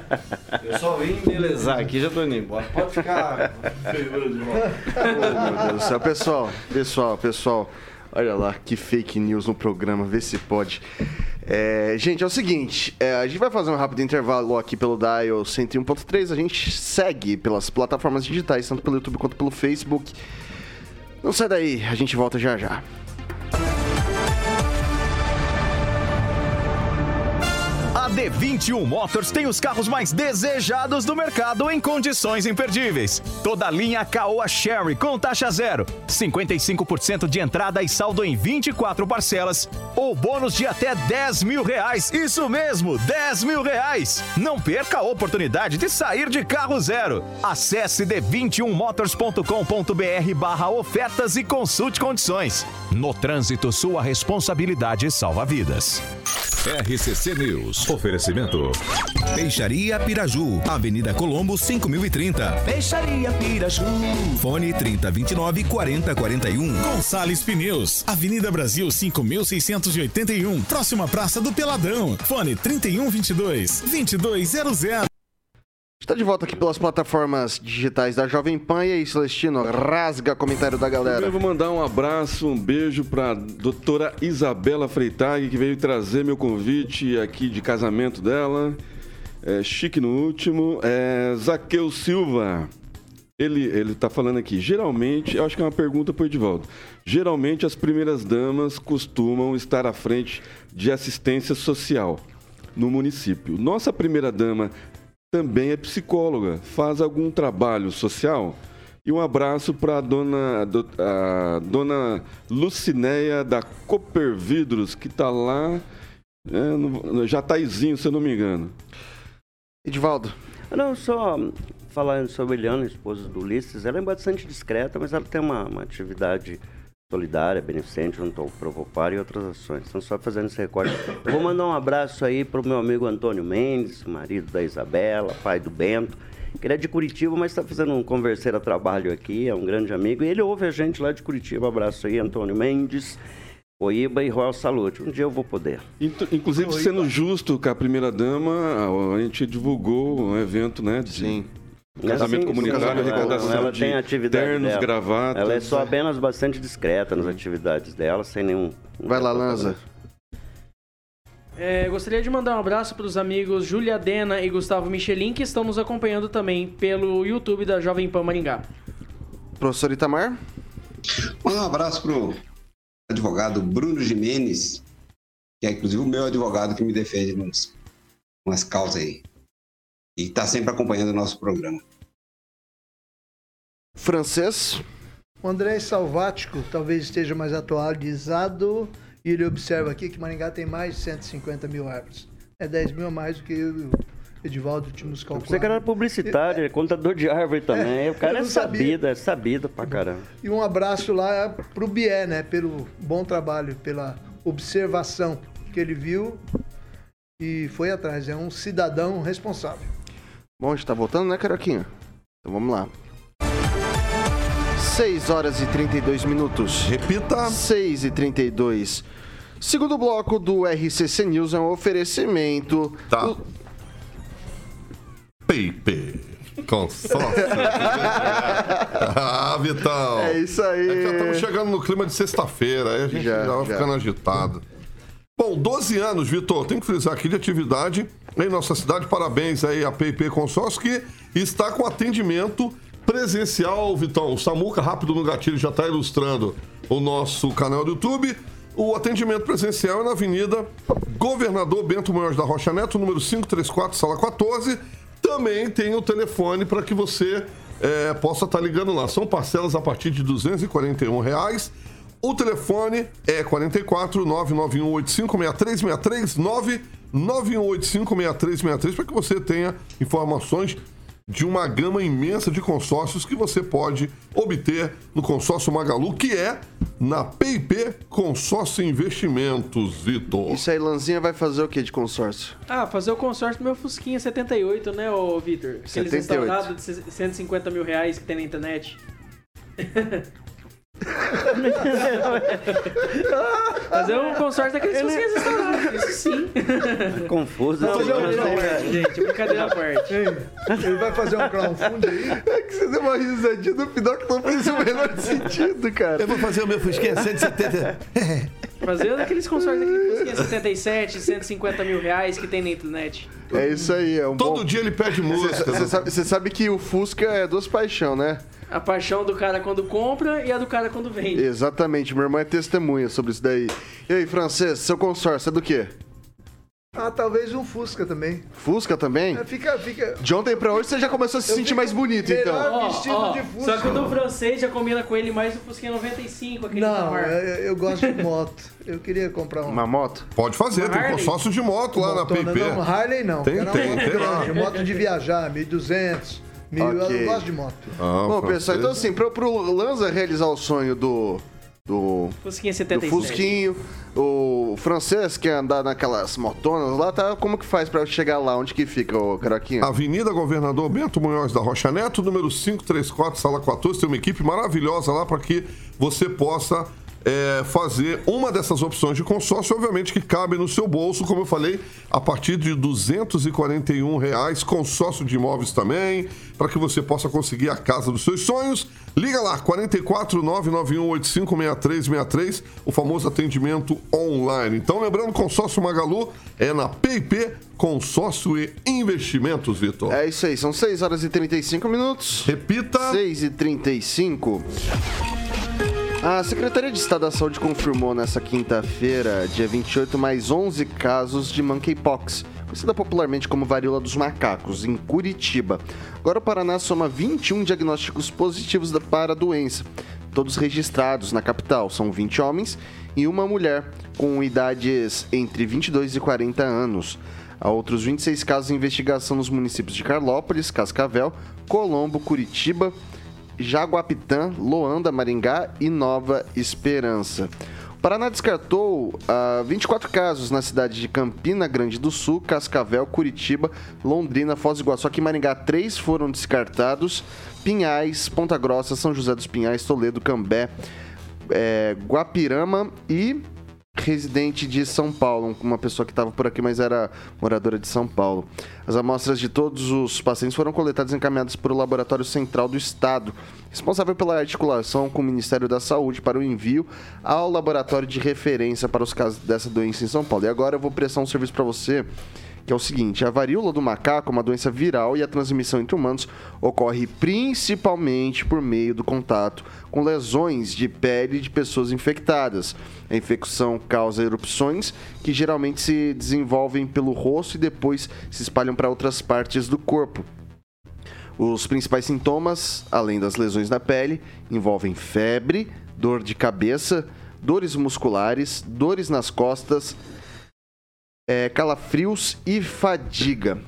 Eu só vim embelezar aqui, já tô indo embora. Pode ficar. Oh, meu Deus do céu. Pessoal, pessoal, pessoal. Olha lá, que fake news no programa, vê se pode. É, gente, é o seguinte, é, a gente vai fazer um rápido intervalo aqui pelo Dial cento e um ponto três, a gente segue pelas plataformas digitais, tanto pelo YouTube quanto pelo Facebook. Não sai daí, a gente volta já já. A D vinte e um Motors tem os carros mais desejados do mercado em condições imperdíveis. Toda a linha Caoa Sherry com taxa zero, cinquenta e cinco por cento de entrada e saldo em vinte e quatro parcelas, ou bônus de até dez mil reais. Isso mesmo, dez mil reais. Não perca a oportunidade de sair de carro zero. Acesse d vinte e um motors ponto com ponto b r barra ofertas e consulte condições. No trânsito, sua responsabilidade salva vidas. R C C News. Oferecimento. Peixaria Piraju. Avenida Colombo, cinco mil e trinta. Peixaria Piraju. Fone trinta, vinte e nove, quarenta, quarenta e um. Gonçalves Pneus. Avenida Brasil, cinco mil seiscentos e oitenta e um. Próxima Praça do Peladão. Fone trinta e um, vinte e dois, vinte e dois zero zero. Está de volta aqui pelas plataformas digitais da Jovem Pan. E aí, Celestino, rasga comentário da galera. Eu vou mandar um abraço, um beijo para a doutora Isabela Freitag, que veio trazer meu convite aqui de casamento dela. É, chique no último. É, Zaqueu Silva. Ele, ele tá falando aqui, geralmente, eu acho que é uma pergunta para o Edivaldo. Geralmente as primeiras damas costumam estar à frente de assistência social no município. Nossa primeira dama também é psicóloga, faz algum trabalho social? E um abraço para a dona, a dona Lucinéia da Cooper Vidros, que está lá, é, no Jataizinho, se eu não me engano. Edivaldo. Não, só falando sobre Eliana, esposa do Ulisses, ela é bastante discreta, mas ela tem uma, uma atividade solidária, beneficente junto ao Provopar e outras ações. Então, só fazendo esse recorte. Eu vou mandar um abraço aí para o meu amigo Antônio Mendes, marido da Isabela, pai do Bento, que ele é de Curitiba, mas está fazendo um converseiro a trabalho aqui, é um grande amigo, e ele ouve a gente lá de Curitiba. Abraço aí, Antônio Mendes, Oíba e Royal Salute. Um dia eu vou poder. Inclusive, Oíba. Sendo justo com a primeira-dama, a gente divulgou um evento, né? De... Sim. Casamento sim, comunitário, sim, arrecadação ela de tem atividade ternos, dela. gravatas. Ela é só apenas bastante discreta nas atividades dela, sem nenhum... Vai lá, Lanza. É, gostaria de mandar um abraço para os amigos Júlia Dena e Gustavo Michelin, que estão nos acompanhando também pelo YouTube da Jovem Pan Maringá. Professor Itamar. Manda um abraço para o advogado Bruno Jimenez, que é inclusive o meu advogado que me defende nos, umas causas aí. E está sempre acompanhando o nosso programa. Francês. O André Salvático talvez esteja mais atualizado. E ele observa aqui que Maringá tem mais de cento e cinquenta mil árvores. É dez mil a mais do que eu e o Edivaldo tínhamos calculado. Você que era publicitário, é contador de árvore também. É, o cara é sabido, é sabido pra caramba. E um abraço lá pro Bié, né? Pelo bom trabalho, pela observação que ele viu e foi atrás. É um cidadão responsável. Bom, a gente tá voltando, né, Caroquinha? Então vamos lá. seis horas e trinta e dois minutos. Repita. seis e trinta e dois. Segundo bloco do R C C News é um oferecimento... Tá. Do... P I P. Consórcio. Ah, Vitão. É isso aí. É que já estamos chegando no clima de sexta-feira, aí a gente já, já vai já. ficando agitado. Bom, doze anos, Vitor, tem que frisar aqui de atividade em nossa cidade. Parabéns aí à P I P Consórcio, que está com atendimento presencial, Vitão. O Samuca Rápido no Gatilho já está ilustrando o nosso canal do YouTube. O atendimento presencial é na Avenida Governador Bento Munhoz da Rocha Neto, número quinhentos e trinta e quatro, sala quatorze. Também tem o telefone para que você é, possa estar tá ligando lá. São parcelas a partir de duzentos e quarenta e um reais. O telefone é quarenta e quatro, nove nove um oito cinco, seis três seis três, nove nove um oito cinco, seis três seis três, para que você tenha informações de uma gama imensa de consórcios que você pode obter no Consórcio Magalu, que é na P I P Consórcio Investimentos, Vitor. Isso aí, Lanzinha vai fazer o que de consórcio? Ah, fazer o consórcio do meu Fusquinha setenta e oito, né, ô Vitor? Aqueles restaurados de cento e cinquenta mil reais que tem na internet. Fazer um consórcio daqueles Fusquinhas restaurados, isso sim. Confuso. Não, não, não, não, gente, brincadeira à parte. Ele vai fazer um crowdfunding aí? É que você deu uma risadinha no final que não fez o menor sentido, cara. Eu vou fazer o meu Fusquinha cento e setenta. Fazer daqueles consórcios daqueles Fusquinha setenta e sete, cento e cinquenta mil reais que tem na internet. É isso aí. É um Todo bom... dia ele pede música. Você sabe, sabe que o Fusca é duas paixões, né? A paixão do cara quando compra e a do cara quando vende. Exatamente, meu irmão é testemunha sobre isso daí. E aí, Francês, seu consórcio é do quê? Ah, talvez um Fusca também. Fusca também? É, fica, fica... De ontem pra hoje você já começou a se Eu sentir mais bonito, então. Ó, vestido ó, de Fusca. Só que o do francês já combina com ele mais o Fusquinha noventa e cinco, aquele Não, eu, eu gosto de moto. Eu queria comprar uma. Uma moto? Pode fazer, tem consórcio de moto lá na P I P. Não, Harley não. Tem, tem, moto tem grande, moto de viajar, mil e duzentos. Mil, okay. Eu gosto de moto. Ah, Bom, pessoal, então assim, pro, pro Lanza realizar o sonho do... Do Fusquinha setenta e sete. Do Fusquinho, o Francês quer andar naquelas motonas lá, tá? Como que faz pra chegar lá? Onde que fica, o Caroquinha? Avenida Governador Bento Munhoz da Rocha Neto, número quinhentos e trinta e quatro, sala quatorze. Tem uma equipe maravilhosa lá para que você possa é, fazer uma dessas opções de consórcio, obviamente que cabe no seu bolso, como eu falei, a partir de duzentos e quarenta e um reais, consórcio de imóveis também, para que você possa conseguir a casa dos seus sonhos. Liga lá, quatro quatro nove nove um oito cinco seis três seis três, o famoso atendimento online. Então, lembrando, consórcio Magalu é na P e P Consórcio e Investimentos, Vitor. É isso aí, são seis horas e trinta e cinco minutos. Repita. seis e trinta e cinco. A Secretaria de Estado da Saúde confirmou nessa quinta-feira, dia vinte e oito, mais onze casos de monkeypox, conhecida popularmente como varíola dos macacos, em Curitiba. Agora o Paraná soma vinte e um diagnósticos positivos para a doença, todos registrados na capital. São vinte homens e uma mulher, com idades entre vinte e dois e quarenta anos. Há outros vinte e seis casos em investigação nos municípios de Carlópolis, Cascavel, Colombo, Curitiba, Jaguapitã, Loanda, Maringá e Nova Esperança. O Paraná descartou uh, vinte e quatro casos na cidade de Campina Grande do Sul, Cascavel, Curitiba, Londrina, Foz do Iguaçu. Aqui em Maringá, três foram descartados: Pinhais, Ponta Grossa, São José dos Pinhais, Toledo, Cambé, é, Guapirama e residente de São Paulo, uma pessoa que estava por aqui, mas era moradora de São Paulo. As amostras de todos os pacientes foram coletadas e encaminhadas para o Laboratório Central do Estado, responsável pela articulação com o Ministério da Saúde para o envio ao laboratório de referência para os casos dessa doença em São Paulo. E agora eu vou prestar um serviço para você, que é o seguinte: a varíola do macaco é uma doença viral e a transmissão entre humanos ocorre principalmente por meio do contato com lesões de pele de pessoas infectadas. A infecção causa erupções que geralmente se desenvolvem pelo rosto e depois se espalham para outras partes do corpo. Os principais sintomas, além das lesões na pele, envolvem febre, dor de cabeça, dores musculares, dores nas costas, É, calafrios e fadiga.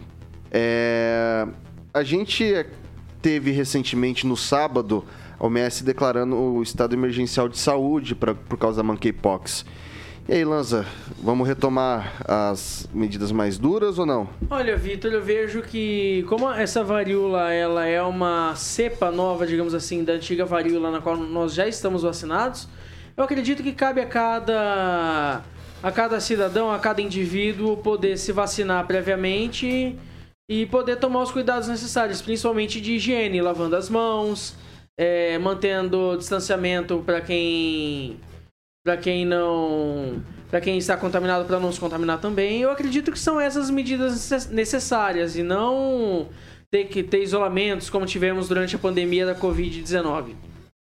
É, a gente teve recentemente, no sábado, a O M S declarando o estado emergencial de saúde pra, por causa da monkeypox. E aí, Lanza, vamos retomar as medidas mais duras ou não? Olha, Vitor, eu vejo que como essa varíola ela é uma cepa nova, digamos assim, da antiga varíola na qual nós já estamos vacinados, eu acredito que cabe a cada... a cada cidadão, a cada indivíduo poder se vacinar previamente e poder tomar os cuidados necessários, principalmente de higiene, lavando as mãos, é, mantendo distanciamento para quem para quem não para quem está contaminado, para não se contaminar também. Eu acredito que são essas medidas necessárias e não ter que ter isolamentos como tivemos durante a pandemia da covid dezenove.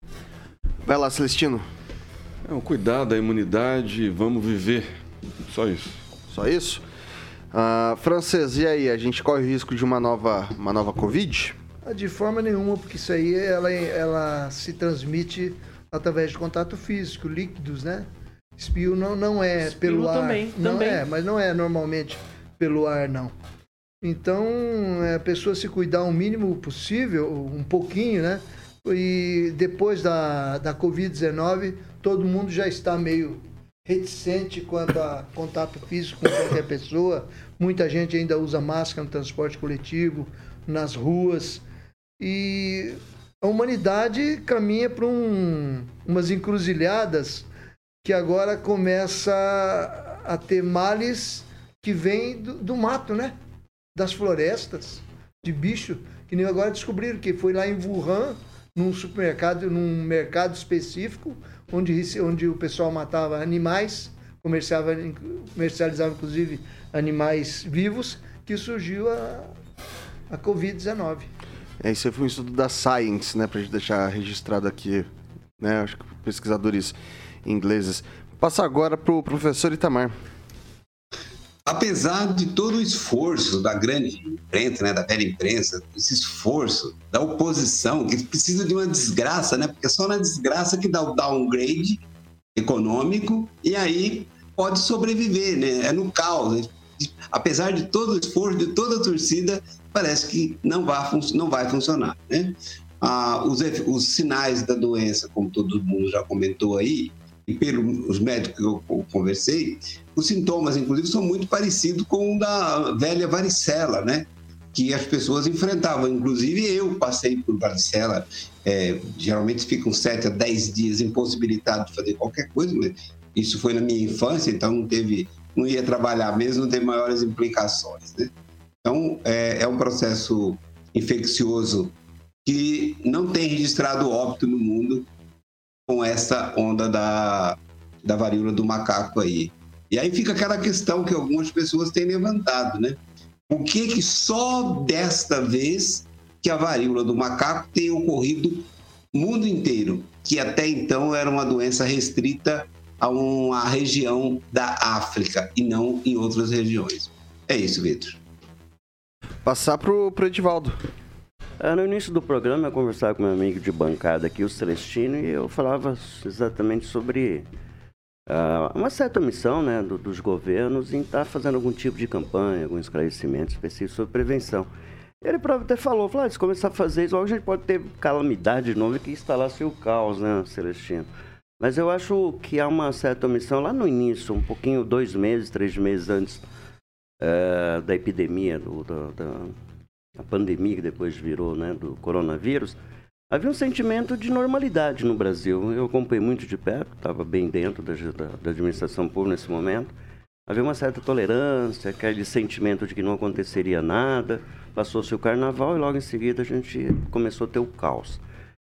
Vai lá, Celestino. É um cuidado, a imunidade, vamos viver. Só isso. Só isso? Uh, Francês, e aí? A gente corre o risco de uma nova, uma nova Covid? De forma nenhuma, porque isso aí ela, ela se transmite através de contato físico, líquidos, né? Espio não, não é Espio pelo ar. Também, não também. é, mas não é normalmente pelo ar, não. Então, é a pessoa se cuidar o mínimo possível, um pouquinho, né? E depois da, da covid dezenove, todo mundo já está meio reticente quanto a contato físico com qualquer pessoa. Muita gente ainda usa máscara no transporte coletivo, nas ruas. E a humanidade caminha para um, umas encruzilhadas que agora começa a ter males que vêm do, do mato, né? Das florestas, de bicho, que nem agora descobriram que foi lá em Wuhan, num supermercado, num mercado específico, onde, onde o pessoal matava animais, comerciava, comercializava inclusive animais vivos, que surgiu a, a covid dezenove. É, isso foi um estudo da Science, né, pra gente deixar registrado aqui, né, acho que pesquisadores ingleses. Passa agora pro professor Itamar. Apesar de todo o esforço da grande imprensa, né, da velha imprensa, esse esforço da oposição, que precisa de uma desgraça, né, porque é só na desgraça que dá o downgrade econômico e aí pode sobreviver, né, é no caos. Apesar de todo o esforço, de toda a torcida, parece que não vai, não vai funcionar, né? Ah, os, os sinais da doença, como todo mundo já comentou aí, e pelos médicos que eu conversei, os sintomas, inclusive, são muito parecidos com o da velha varicela, né? que as pessoas enfrentavam. Inclusive eu passei por varicela, é, geralmente ficam sete a dez dias impossibilitado de fazer qualquer coisa, mas isso foi na minha infância, então não teve, não ia trabalhar mesmo, não teve maiores implicações, né? Então é, é um processo infeccioso que não tem registrado óbito no mundo com essa onda da, da varíola do macaco aí. E aí fica aquela questão que algumas pessoas têm levantado, né? Por que que só desta vez que a varíola do macaco tem ocorrido no mundo inteiro, que até então era uma doença restrita a uma região da África e não em outras regiões? É isso, Vitor. Passar pro, pro Edivaldo. No início do programa, eu conversava com meu amigo de bancada aqui, o Celestino, e eu falava exatamente sobre uh, uma certa omissão, né, do, dos governos em estar tá fazendo algum tipo de campanha, algum esclarecimento específico sobre prevenção. Ele próprio até falou, falou, ah, se começar a fazer isso, logo a gente pode ter calamidade de novo e que instalar-se o caos, né, Celestino? Mas eu acho que há uma certa omissão lá no início, um pouquinho, dois meses, três meses antes uh, da epidemia, do, da, da a pandemia que depois virou, né, do coronavírus, havia um sentimento de normalidade no Brasil. Eu acompanhei muito de perto, estava bem dentro da, da, da administração pública nesse momento. Havia uma certa tolerância, aquele sentimento de que não aconteceria nada. Passou-se o carnaval e logo em seguida a gente começou a ter o caos.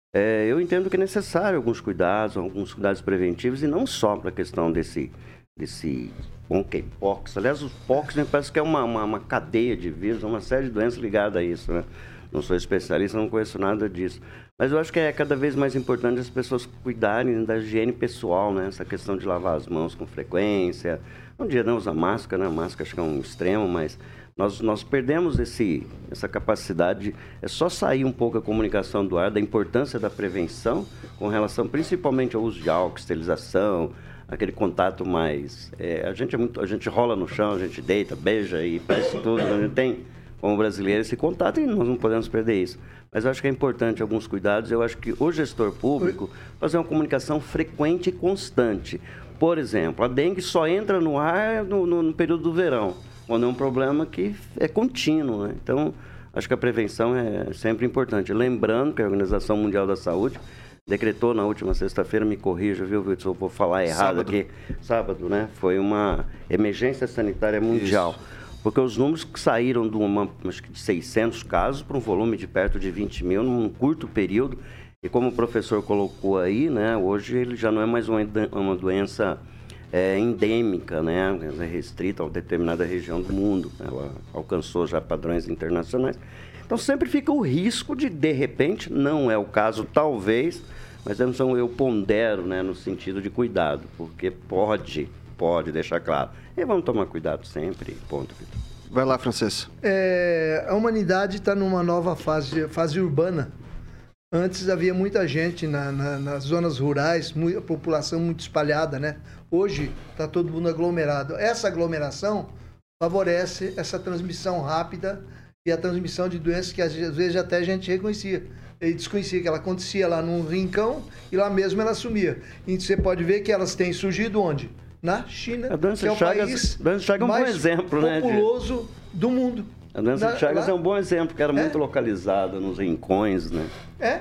É, eu entendo que é necessário alguns cuidados, alguns cuidados preventivos, e não só para a questão desse, desse monkeypox. Aliás, o pox me parece que é uma, uma, uma cadeia de vírus, uma série de doenças ligadas a isso, né? Não sou especialista, não conheço nada disso. Mas eu acho que é cada vez mais importante as pessoas cuidarem da higiene pessoal, né? Essa questão de lavar as mãos com frequência. Um dia não usar máscara, né? Máscara acho que é um extremo, mas nós, nós perdemos esse, essa capacidade. É só sair um pouco a comunicação do ar, da importância da prevenção com relação principalmente ao uso de álcool, esterilização, aquele contato mais... É, a, gente é muito, a gente rola no chão, a gente deita, beija e faz tudo. A gente tem, como brasileiro, esse contato e nós não podemos perder isso. Mas eu acho que é importante alguns cuidados. Eu acho que o gestor público fazer uma comunicação frequente e constante. Por exemplo, a dengue só entra no ar no, no, no período do verão, quando é um problema que é contínuo, né? Então, acho que a prevenção é sempre importante. Lembrando que a Organização Mundial da Saúde decretou na última sexta-feira, me corrija, viu, Vitor, se eu vou falar errado sábado. aqui, sábado, né? Foi uma emergência sanitária mundial. Isso. Porque os números que saíram de, uma, acho que de seiscentos casos para um volume de perto de vinte mil num curto período. E como o professor colocou aí, né? Hoje ele já não é mais uma, uma doença é, endêmica, né? É restrita a uma determinada região do mundo. Ela alcançou já padrões internacionais. Então sempre fica o risco de, de repente, não é o caso, talvez, mas eu pondero, né, no sentido de cuidado, porque pode, pode deixar claro. E vamos tomar cuidado sempre, ponto, Vitor. Vai lá, Francês. É, a humanidade está numa nova fase, fase urbana. Antes havia muita gente na, na, nas zonas rurais, a população muito espalhada, né? Hoje está todo mundo aglomerado. Essa aglomeração favorece essa transmissão rápida e a transmissão de doenças que às vezes até a gente reconhecia e desconhecia, que ela acontecia lá num rincão e lá mesmo ela sumia. E você pode ver que elas têm surgido onde? Na China, a doença que é o Chagas, país doença Chagas mais é um bom exemplo, populoso, né, de... do mundo. A doença de Chagas lá... é um bom exemplo, que era é? muito localizada nos rincões, né? É.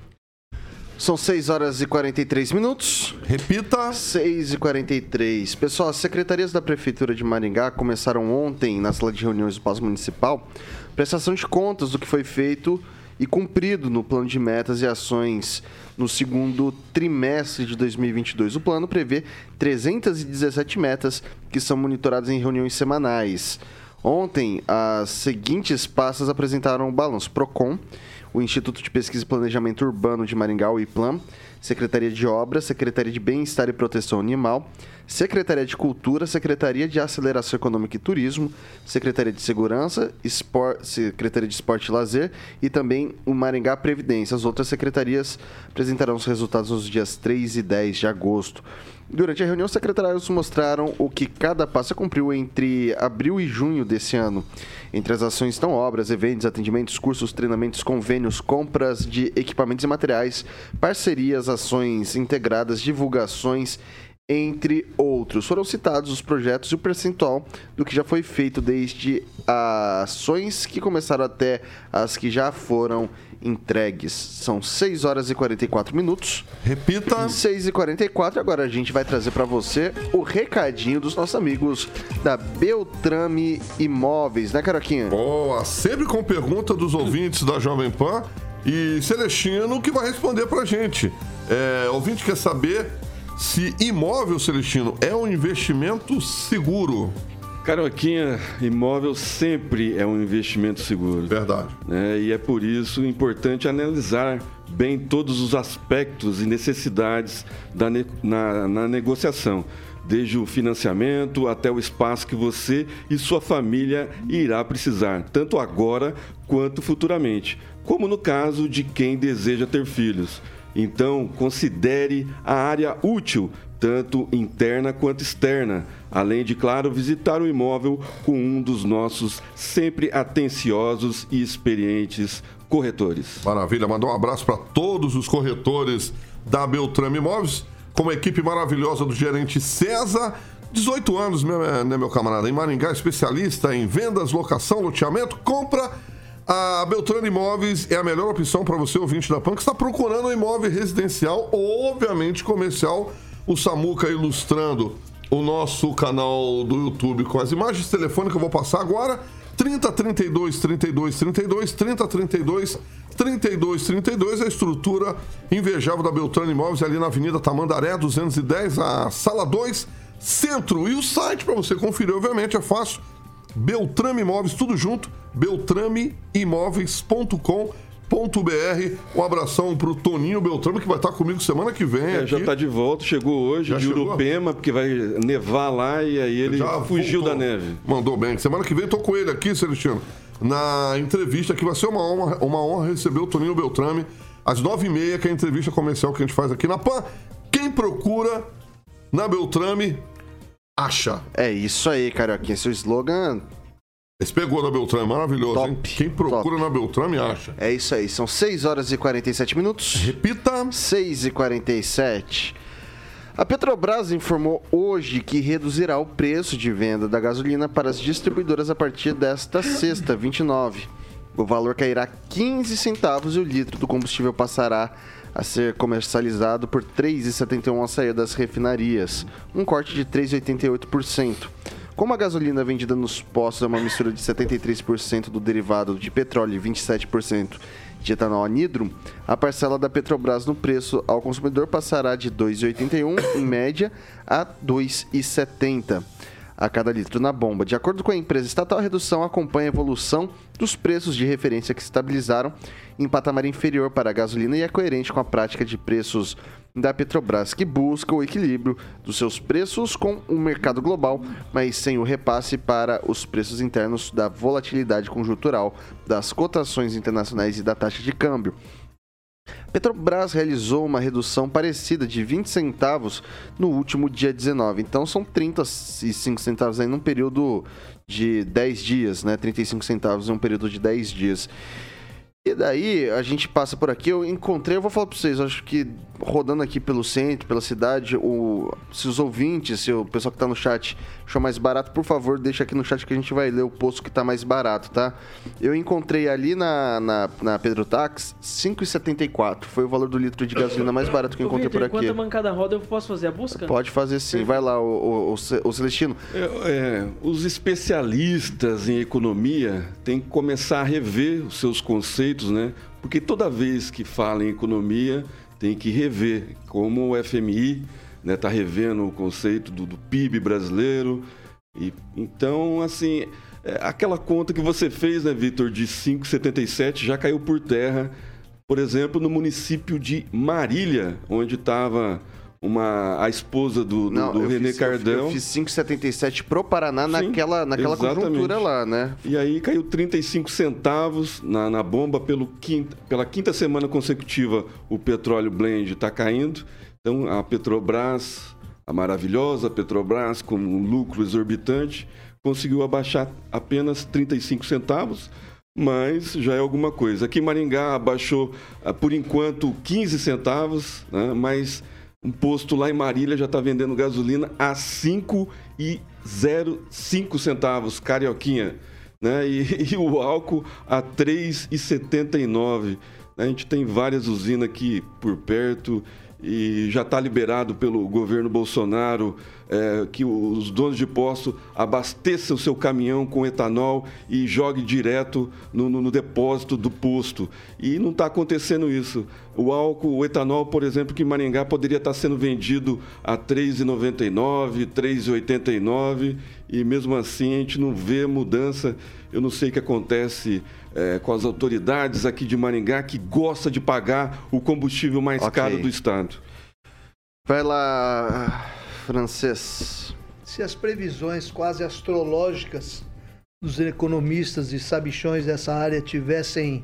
São seis horas e quarenta e três minutos. Repita. seis e quarenta e três. Pessoal, as secretarias da Prefeitura de Maringá começaram ontem, na sala de reuniões do Paço Municipal, prestação de contas do que foi feito e cumprido no plano de metas e ações no segundo trimestre de dois mil e vinte e dois. O plano prevê trezentas e dezessete metas que são monitoradas em reuniões semanais. Ontem, as seguintes pastas apresentaram o balanço: Procon, o Instituto de Pesquisa e Planejamento Urbano de Maringá, o IPLAN, Secretaria de Obras, Secretaria de Bem-Estar e Proteção Animal, Secretaria de Cultura, Secretaria de Aceleração Econômica e Turismo, Secretaria de Segurança, Espor... Secretaria de Esporte e Lazer e também o Maringá Previdência. As outras secretarias apresentarão os resultados nos dias três e dez de agosto. Durante a reunião, os secretários mostraram o que cada pasta cumpriu entre abril e junho desse ano. Entre as ações estão obras, eventos, atendimentos, cursos, treinamentos, convênios, compras de equipamentos e materiais, parcerias, ações integradas, divulgações entre outros. Foram citados os projetos e o percentual do que já foi feito desde ações que começaram até as que já foram entregues. São seis horas e quarenta e quatro minutos. Repita. seis e quarenta e quatro. Agora a gente vai trazer para você o recadinho dos nossos amigos da Beltrame Imóveis, né, Caroquinha? Boa, sempre com pergunta dos ouvintes da Jovem Pan e Celestino que vai responder pra gente. É, o ouvinte quer saber se imóvel, Celestino, é um investimento seguro. Caroquinha, imóvel sempre é um investimento seguro. Verdade. Né? E é por isso importante analisar bem todos os aspectos e necessidades da ne- na, na negociação, desde o financiamento até o espaço que você e sua família irá precisar, tanto agora quanto futuramente, como no caso de quem deseja ter filhos. Então, considere a área útil, tanto interna quanto externa, além de, claro, visitar o imóvel com um dos nossos sempre atenciosos e experientes corretores. Maravilha, mandar um abraço para todos os corretores da Beltrame Imóveis, com uma equipe maravilhosa do gerente César, dezoito anos, né, meu camarada, em Maringá, especialista em vendas, locação, loteamento, compra. A Beltrame Imóveis é a melhor opção para você, ouvinte da Pan, que está procurando um imóvel residencial ou, obviamente, comercial. O Samuca ilustrando o nosso canal do YouTube com as imagens. Telefone que eu vou passar agora, trinta, trinta e dois, trinta e dois, trinta e dois, trinta, trinta e dois, trinta e dois, trinta e dois. A estrutura invejável da Beltrame Imóveis ali na Avenida Tamandaré, duzentos e dez, a Sala dois, Centro. E o site para você conferir, obviamente, é fácil. Beltrame Imóveis, tudo junto, beltrame imóveis ponto com ponto b r. Um abração pro Toninho Beltrame, que vai estar comigo semana que vem. É, já está de volta, chegou hoje, já de chegou? Urupema, porque vai nevar lá e aí ele já fugiu voltou. Da neve. Mandou bem. Semana que vem tô com ele aqui, Celestino, na entrevista, que vai ser uma honra, uma honra receber o Toninho Beltrame às nove e meia, que é a entrevista comercial que a gente faz aqui na Pan. Quem procura na Beltrame, acha. É isso aí, Carioquinha. Seu slogan... Esse pegou na Beltrame, maravilhoso, top, hein? Quem procura top. Na Beltrame, acha. É isso aí, são seis horas e quarenta e sete minutos. Repita. seis e quarenta e sete. A Petrobras informou hoje que reduzirá o preço de venda da gasolina para as distribuidoras a partir desta sexta, vinte e nove. O valor cairá quinze centavos e o litro do combustível passará a ser comercializado por três reais e setenta e um centavos a sair das refinarias, um corte de três vírgula oitenta e oito por cento. Como a gasolina vendida nos postos é uma mistura de setenta e três por cento do derivado de petróleo e vinte e sete por cento de etanol anidro, a parcela da Petrobras no preço ao consumidor passará de dois reais e oitenta e um centavos, em média, a dois reais e setenta centavos a cada litro na bomba. De acordo com a empresa estatal, a redução acompanha a evolução dos preços de referência que se estabilizaram em patamar inferior para a gasolina e é coerente com a prática de preços da Petrobras, que busca o equilíbrio dos seus preços com o mercado global, mas sem o repasse para os preços internos da volatilidade conjuntural das cotações internacionais e da taxa de câmbio. Petrobras realizou uma redução parecida de vinte centavos no último dia dezenove, então são trinta e cinco centavos aí num período de dez dias, né? trinta e cinco centavos em um período de dez dias. E daí a gente passa por aqui, eu encontrei, eu vou falar para vocês, eu acho que rodando aqui pelo centro, pela cidade, o, se os ouvintes, se o pessoal que está no chat achou mais barato, por favor, deixa aqui no chat que a gente vai ler o posto que está mais barato, tá? Eu encontrei ali na, na, na Pedro Tax cinco reais e setenta e quatro centavos, foi o valor do litro de gasolina mais barato que eu encontrei por aqui. Enquanto a mancada roda, eu posso fazer a busca? Pode fazer sim, vai lá, o, o, o Celestino. É, é, os especialistas em economia têm que começar a rever os seus conceitos, né? Porque toda vez que fala em economia, tem que rever, como o F M I está, né, revendo o conceito do, do P I B brasileiro. E, então, assim, é, aquela conta que você fez, né, Vitor, de cinco reais e setenta e sete já caiu por terra, por exemplo, no município de Marília, onde estava uma, a esposa do, do, Não, do René fiz, Cardão. Eu, eu fiz cinco reais e setenta e sete pro Paraná. Sim, naquela, naquela conjuntura lá, né? E aí caiu trinta e cinco centavos na, na bomba. Pelo quinta, pela quinta semana consecutiva, o petróleo blend está caindo. Então, a Petrobras, a maravilhosa Petrobras, com um lucro exorbitante, conseguiu abaixar apenas trinta e cinco centavos, mas já é alguma coisa. Aqui em Maringá abaixou, por enquanto, quinze centavos, né? Mas Um posto lá em Marília já está vendendo gasolina a cinco e zero cinco centavos, carioquinha. Né? E, e o álcool a três e setenta e nove. A gente tem várias usinas aqui por perto e já está liberado pelo governo Bolsonaro é, que os donos de posto abasteçam o seu caminhão com etanol e jogue direto no, no, no depósito do posto. E não está acontecendo isso. O álcool, o etanol, por exemplo, que em Maringá poderia estar sendo vendido a três e noventa e nove, três e oitenta e nove e mesmo assim a gente não vê mudança. Eu não sei o que acontece é, com as autoridades aqui de Maringá que gosta de pagar o combustível mais okay. caro do estado. Vai lá, Francês. Se as previsões quase astrológicas dos economistas e sabichões dessa área tivessem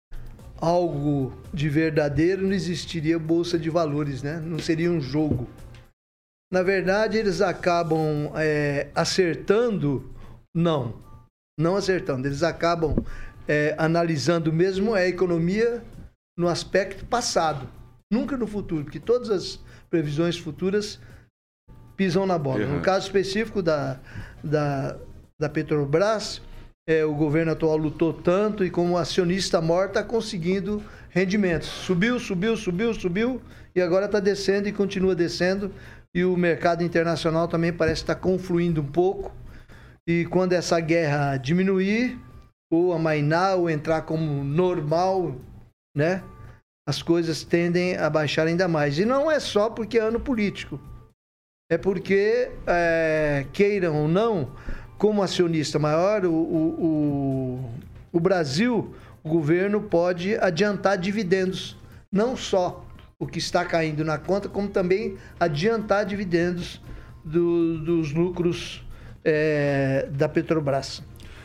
algo de verdadeiro, não existiria bolsa de valores, né? Não seria um jogo. Na verdade, eles acabam é, acertando, não, não acertando, eles acabam é, analisando mesmo a economia no aspecto passado, nunca no futuro, porque todas as previsões futuras pisam na bola. Uhum. No caso específico da, da, da Petrobras, é, o governo atual lutou tanto e como acionista maior está conseguindo rendimentos. Subiu, subiu, subiu, subiu e agora está descendo e continua descendo. E o mercado internacional também parece estar confluindo um pouco. E quando essa guerra diminuir, ou amainar, ou entrar como normal, né? As coisas tendem a baixar ainda mais. E não é só porque é ano político. É porque, é, queiram ou não, como acionista maior, o, o, o, o Brasil, o governo pode adiantar dividendos. Não só o que está caindo na conta, como também adiantar dividendos do, dos lucros é, da Petrobras.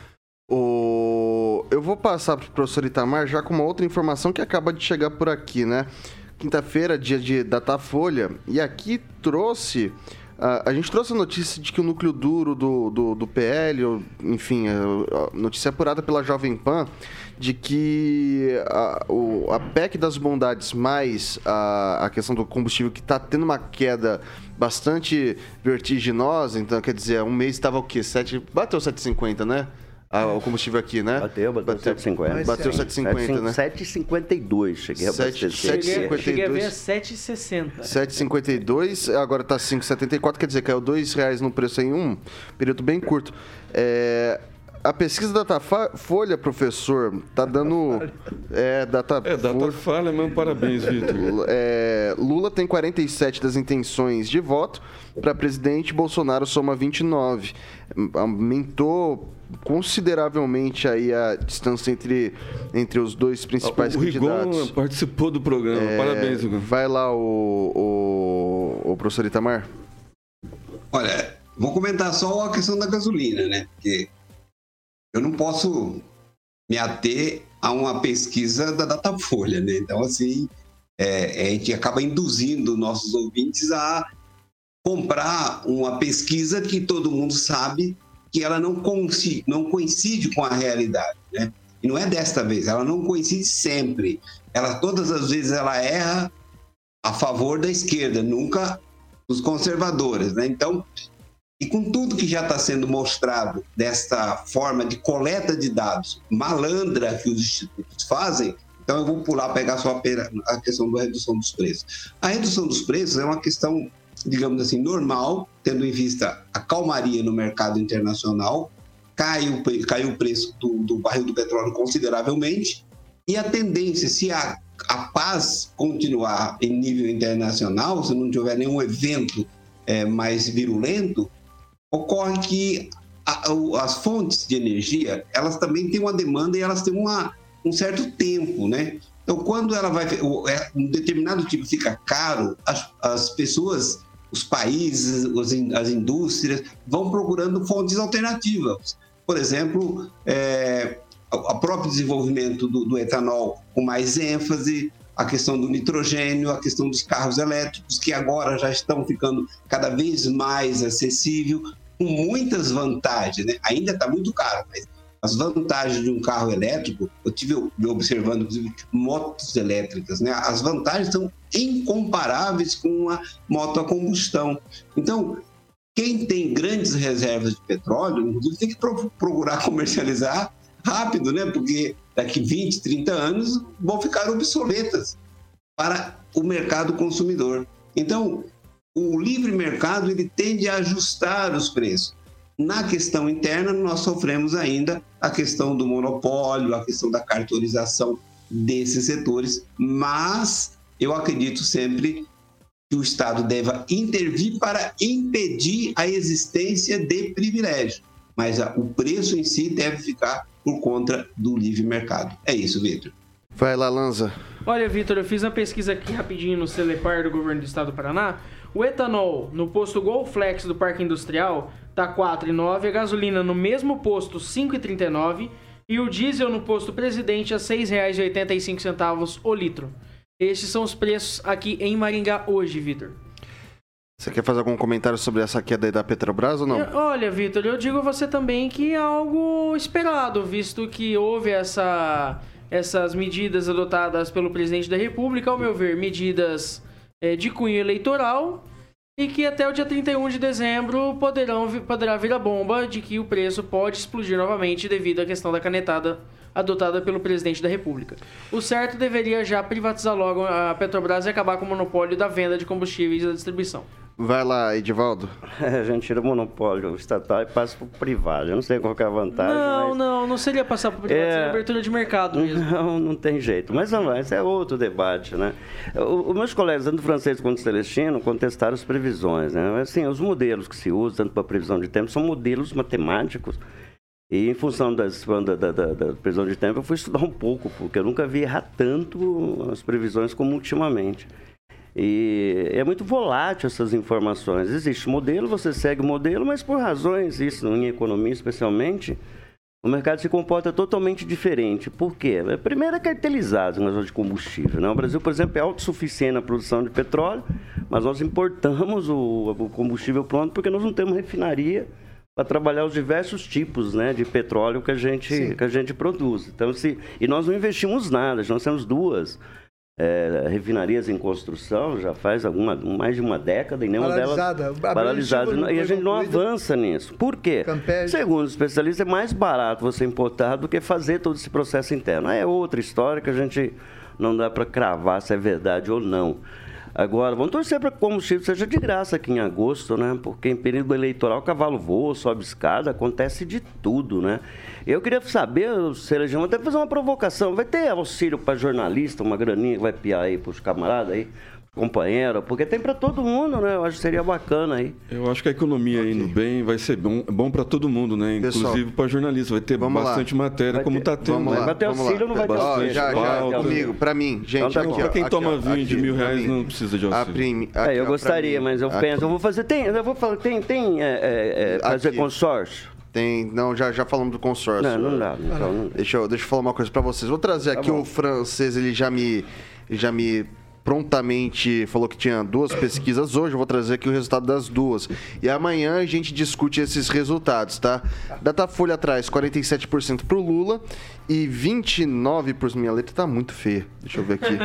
O... Eu vou passar para o professor Itamar já com uma outra informação que acaba de chegar por aqui, né? Quinta-feira, dia de Datafolha, e aqui trouxe... Uh, a gente trouxe a notícia de que o núcleo duro do, do, do P L, enfim, a notícia apurada pela Jovem Pan, de que a, o, a P E C das bondades mais a, a questão do combustível que está tendo uma queda bastante vertiginosa, então quer dizer, um mês estava o quê? sete, bateu sete e cinquenta, né? Ah, o combustível aqui, né? Bateu, bateu sete e cinquenta. Bateu sete e cinquenta, né? sete e cinquenta e dois, cheguei a bater. Cheguei a ver sete e sessenta. sete e cinquenta e dois, agora está cinco e setenta e quatro, quer dizer, caiu dois reais no preço em um período bem curto. É... A pesquisa da Datafolha, professor, tá dando... É, data é Datafolha mesmo, parabéns, Vitor. É, Lula tem quarenta e sete das intenções de voto, para presidente, Bolsonaro soma vinte e nove. Aumentou consideravelmente aí a distância entre, entre os dois principais o candidatos. O Rigon participou do programa, é, parabéns, Rigon. Vai lá, o, o, o professor Itamar. Olha, vou comentar só a questão da gasolina, né? Porque eu não posso me ater a uma pesquisa da Datafolha, né? Então, assim, é, a gente acaba induzindo nossos ouvintes a comprar uma pesquisa que todo mundo sabe que ela não coincide, não coincide com a realidade, né? E não é desta vez, ela não coincide sempre. Ela, todas as vezes ela erra a favor da esquerda, nunca dos conservadores, né? Então, e com tudo que já está sendo mostrado desta forma de coleta de dados malandra que os institutos fazem, então eu vou pular, pegar só a questão da redução dos preços. A redução dos preços é uma questão, digamos assim, normal, tendo em vista a calmaria no mercado internacional, caiu, caiu o preço do, do barril do petróleo consideravelmente, e a tendência, se a, a paz continuar em nível internacional, se não tiver nenhum evento é, mais virulento, ocorre que a, a, as fontes de energia, elas também têm uma demanda e elas têm uma, um certo tempo, né? Então, quando ela vai, um determinado tipo fica caro, as, as pessoas, os países, os, as indústrias vão procurando fontes alternativas. Por exemplo, é, o próprio desenvolvimento do, do etanol com mais ênfase, a questão do nitrogênio, a questão dos carros elétricos, que agora já estão ficando cada vez mais acessível, com muitas vantagens, né? Ainda está muito caro, mas As vantagens de um carro elétrico, eu tive observando, inclusive, motos elétricas, né? As vantagens são incomparáveis com a moto a combustão. Então, quem tem grandes reservas de petróleo, inclusive, tem que procurar comercializar rápido, né? Porque daqui vinte, trinta anos vão ficar obsoletas para o mercado consumidor. Então, o livre mercado ele tende a ajustar os preços. Na questão interna, nós sofremos ainda a questão do monopólio, a questão da cartorização desses setores, mas eu acredito sempre que o Estado deva intervir para impedir a existência de privilégio, mas o preço em si deve ficar por conta do livre mercado. É isso, Vitor. Vai lá, Lanza. Olha, Vitor, eu fiz uma pesquisa aqui rapidinho no Celepar do Governo do Estado do Paraná. O etanol no posto Golflex do Parque Industrial está quatro reais e nove centavos, a gasolina no mesmo posto cinco reais e trinta e nove centavos e o diesel no posto Presidente a seis reais e oitenta e cinco centavos o litro. Estes são os preços aqui em Maringá hoje, Vitor. Você quer fazer algum comentário sobre essa queda aí da Petrobras ou não? Eu, olha, Vitor, eu digo a você também que é algo esperado, visto que houve essa, essas medidas adotadas pelo presidente da República, ao meu ver, medidas é, de cunho eleitoral, e que até o dia trinta e um de dezembro poderão, poderá vir a bomba de que o preço pode explodir novamente devido à questão da canetada adotada pelo presidente da República. O certo deveria já privatizar logo a Petrobras e acabar com o monopólio da venda de combustíveis e da distribuição. Vai lá, Edivaldo. A gente tira o monopólio estatal e passa para o privado. Eu não sei qual que é a vantagem. Não, mas... não, não seria passar para o privado, é... seria abertura de mercado mesmo. Não, não tem jeito. Mas não, esse é outro debate, né? Os meus colegas, tanto francês quanto celestino, contestaram as previsões, né? Mas, assim, os modelos que se usam, tanto para previsão de tempo, são modelos matemáticos. E em função das, da, da, da, da previsão de tempo, eu fui estudar um pouco, porque eu nunca vi errar tanto as previsões como ultimamente. E é muito volátil essas informações. Existe modelo, você segue o modelo, mas por razões, isso em economia especialmente, o mercado se comporta totalmente diferente. Por quê? Primeiro é cartelizado nas de combustível, né? O Brasil, por exemplo, é autossuficiente na produção de petróleo, mas nós importamos o, o combustível pronto porque nós não temos refinaria para trabalhar os diversos tipos, né, de petróleo que a gente, que a gente produz. Então, se, e nós não investimos nada, nós temos duas é, refinarias em construção, já faz alguma, mais de uma década, e nenhuma Paralisada. delas paralisada. E a gente não avança nisso. Por quê? Campeche. Segundo os especialistas, é mais barato você importar do que fazer todo esse processo interno. É outra história que a gente não dá para cravar se é verdade ou não. Agora, vamos torcer para que o combustível seja de graça aqui em agosto, né? Porque em período eleitoral o cavalo voa, sobe escada, acontece de tudo, né? Eu queria saber, Celestino, até fazer uma provocação. Vai ter auxílio para jornalista, uma graninha que vai piar aí para os camaradas aí, companheiro, porque tem para todo mundo, né? Eu acho que seria bacana aí. Eu acho que a economia okay. indo bem vai ser bom, bom para todo mundo, né? Inclusive para jornalista. Vai ter vamos bastante lá. matéria, vai como está tendo. Vamos né? lá. Vai ter auxílio ou não vai ter auxílio? Já, já, comigo, para mim, gente. Então, tá para quem aqui, toma ó, vinho aqui, de mil reais não precisa de auxílio. Prime, aqui, é, eu ó, gostaria, mim, mas eu aqui. penso, eu vou fazer, tem, eu vou falar, tem, tem é, é, fazer aqui. consórcio? Tem, não, já, já falamos do consórcio. Não, não dá. Não, não, não. Deixa, eu, deixa eu falar uma coisa para vocês. Vou trazer tá aqui bom. o francês, ele já me, já me prontamente falou que tinha duas pesquisas hoje, eu vou trazer aqui o resultado das duas. E amanhã a gente discute esses resultados, tá? Datafolha traz quarenta e sete por cento pro Lula e vinte e nove por cento... Minha letra tá muito feia, deixa eu ver aqui.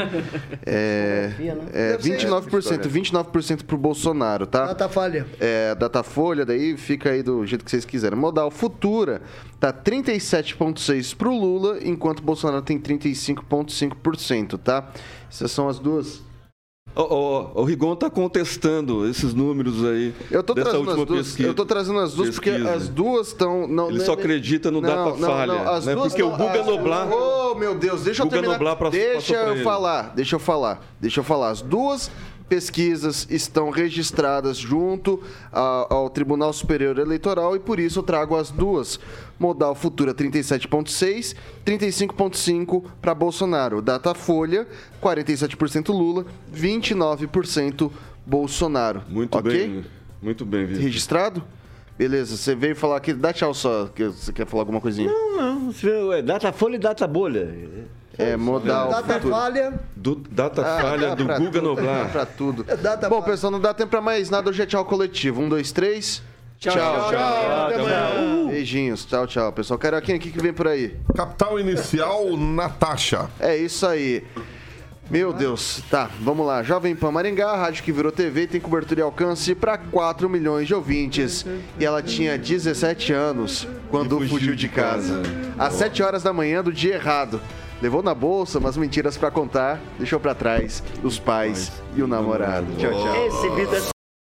É, é vinte e nove por cento, vinte e nove por cento pro Bolsonaro, tá? Datafolha. É, Datafolha, daí fica aí do jeito que vocês quiserem. Modal Futura tá trinta e sete vírgula seis por cento pro Lula, enquanto o Bolsonaro tem trinta e cinco vírgula cinco por cento, tá? Essas são as duas. O, o, o Rigon está contestando esses números aí. Eu tô dessa trazendo última as duas. pesquisa. Eu tô trazendo as duas pesquisa. porque as duas estão. Ele só acredita no data falha. Não, as né? duas porque não, o Guga Noblar. Oh, meu Deus, deixa eu terminar. Pra, deixa eu ele. falar. Deixa eu falar. Deixa eu falar. As duas pesquisas estão registradas junto a, ao Tribunal Superior Eleitoral e por isso eu trago as duas. Modal Futura trinta e sete vírgula seis, trinta e cinco vírgula cinco para Bolsonaro. Datafolha, quarenta e sete por cento Lula, vinte e nove por cento Bolsonaro. Muito okay? bem, muito bem, Vitor. Registrado? Beleza, você veio falar aqui, dá tchau só, que você quer falar alguma coisinha? Não, não, é Datafolha e Databolha. É, modal. Data falha. Do, data ah, falha do Guga Noblar. Pra tudo. Bom, pessoal, não dá tempo pra mais nada, hoje é tchau coletivo. Um, dois, três. Tchau, tchau. tchau. tchau. Até amanhã. Beijinhos. Tchau, tchau. Pessoal, Carioquinha, o que, que vem por aí? Capital Inicial, Natasha. É isso aí. Meu Deus, tá, vamos lá. Jovem Pan Maringá, rádio que virou T V, tem cobertura e alcance para quatro milhões de ouvintes. E ela tinha dezessete anos quando fugiu, fugiu de casa. Às sete horas da manhã do dia errado. Levou na bolsa umas mentiras para contar, deixou para trás os pais e o namorado. Tchau, tchau. Esse vídeo é...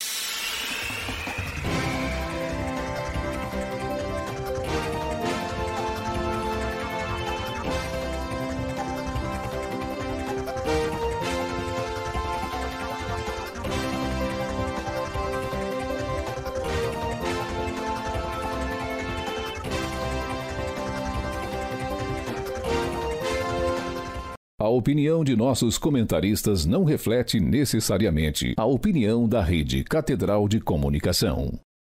A opinião de nossos comentaristas não reflete necessariamente a opinião da Rede Catedral de Comunicação.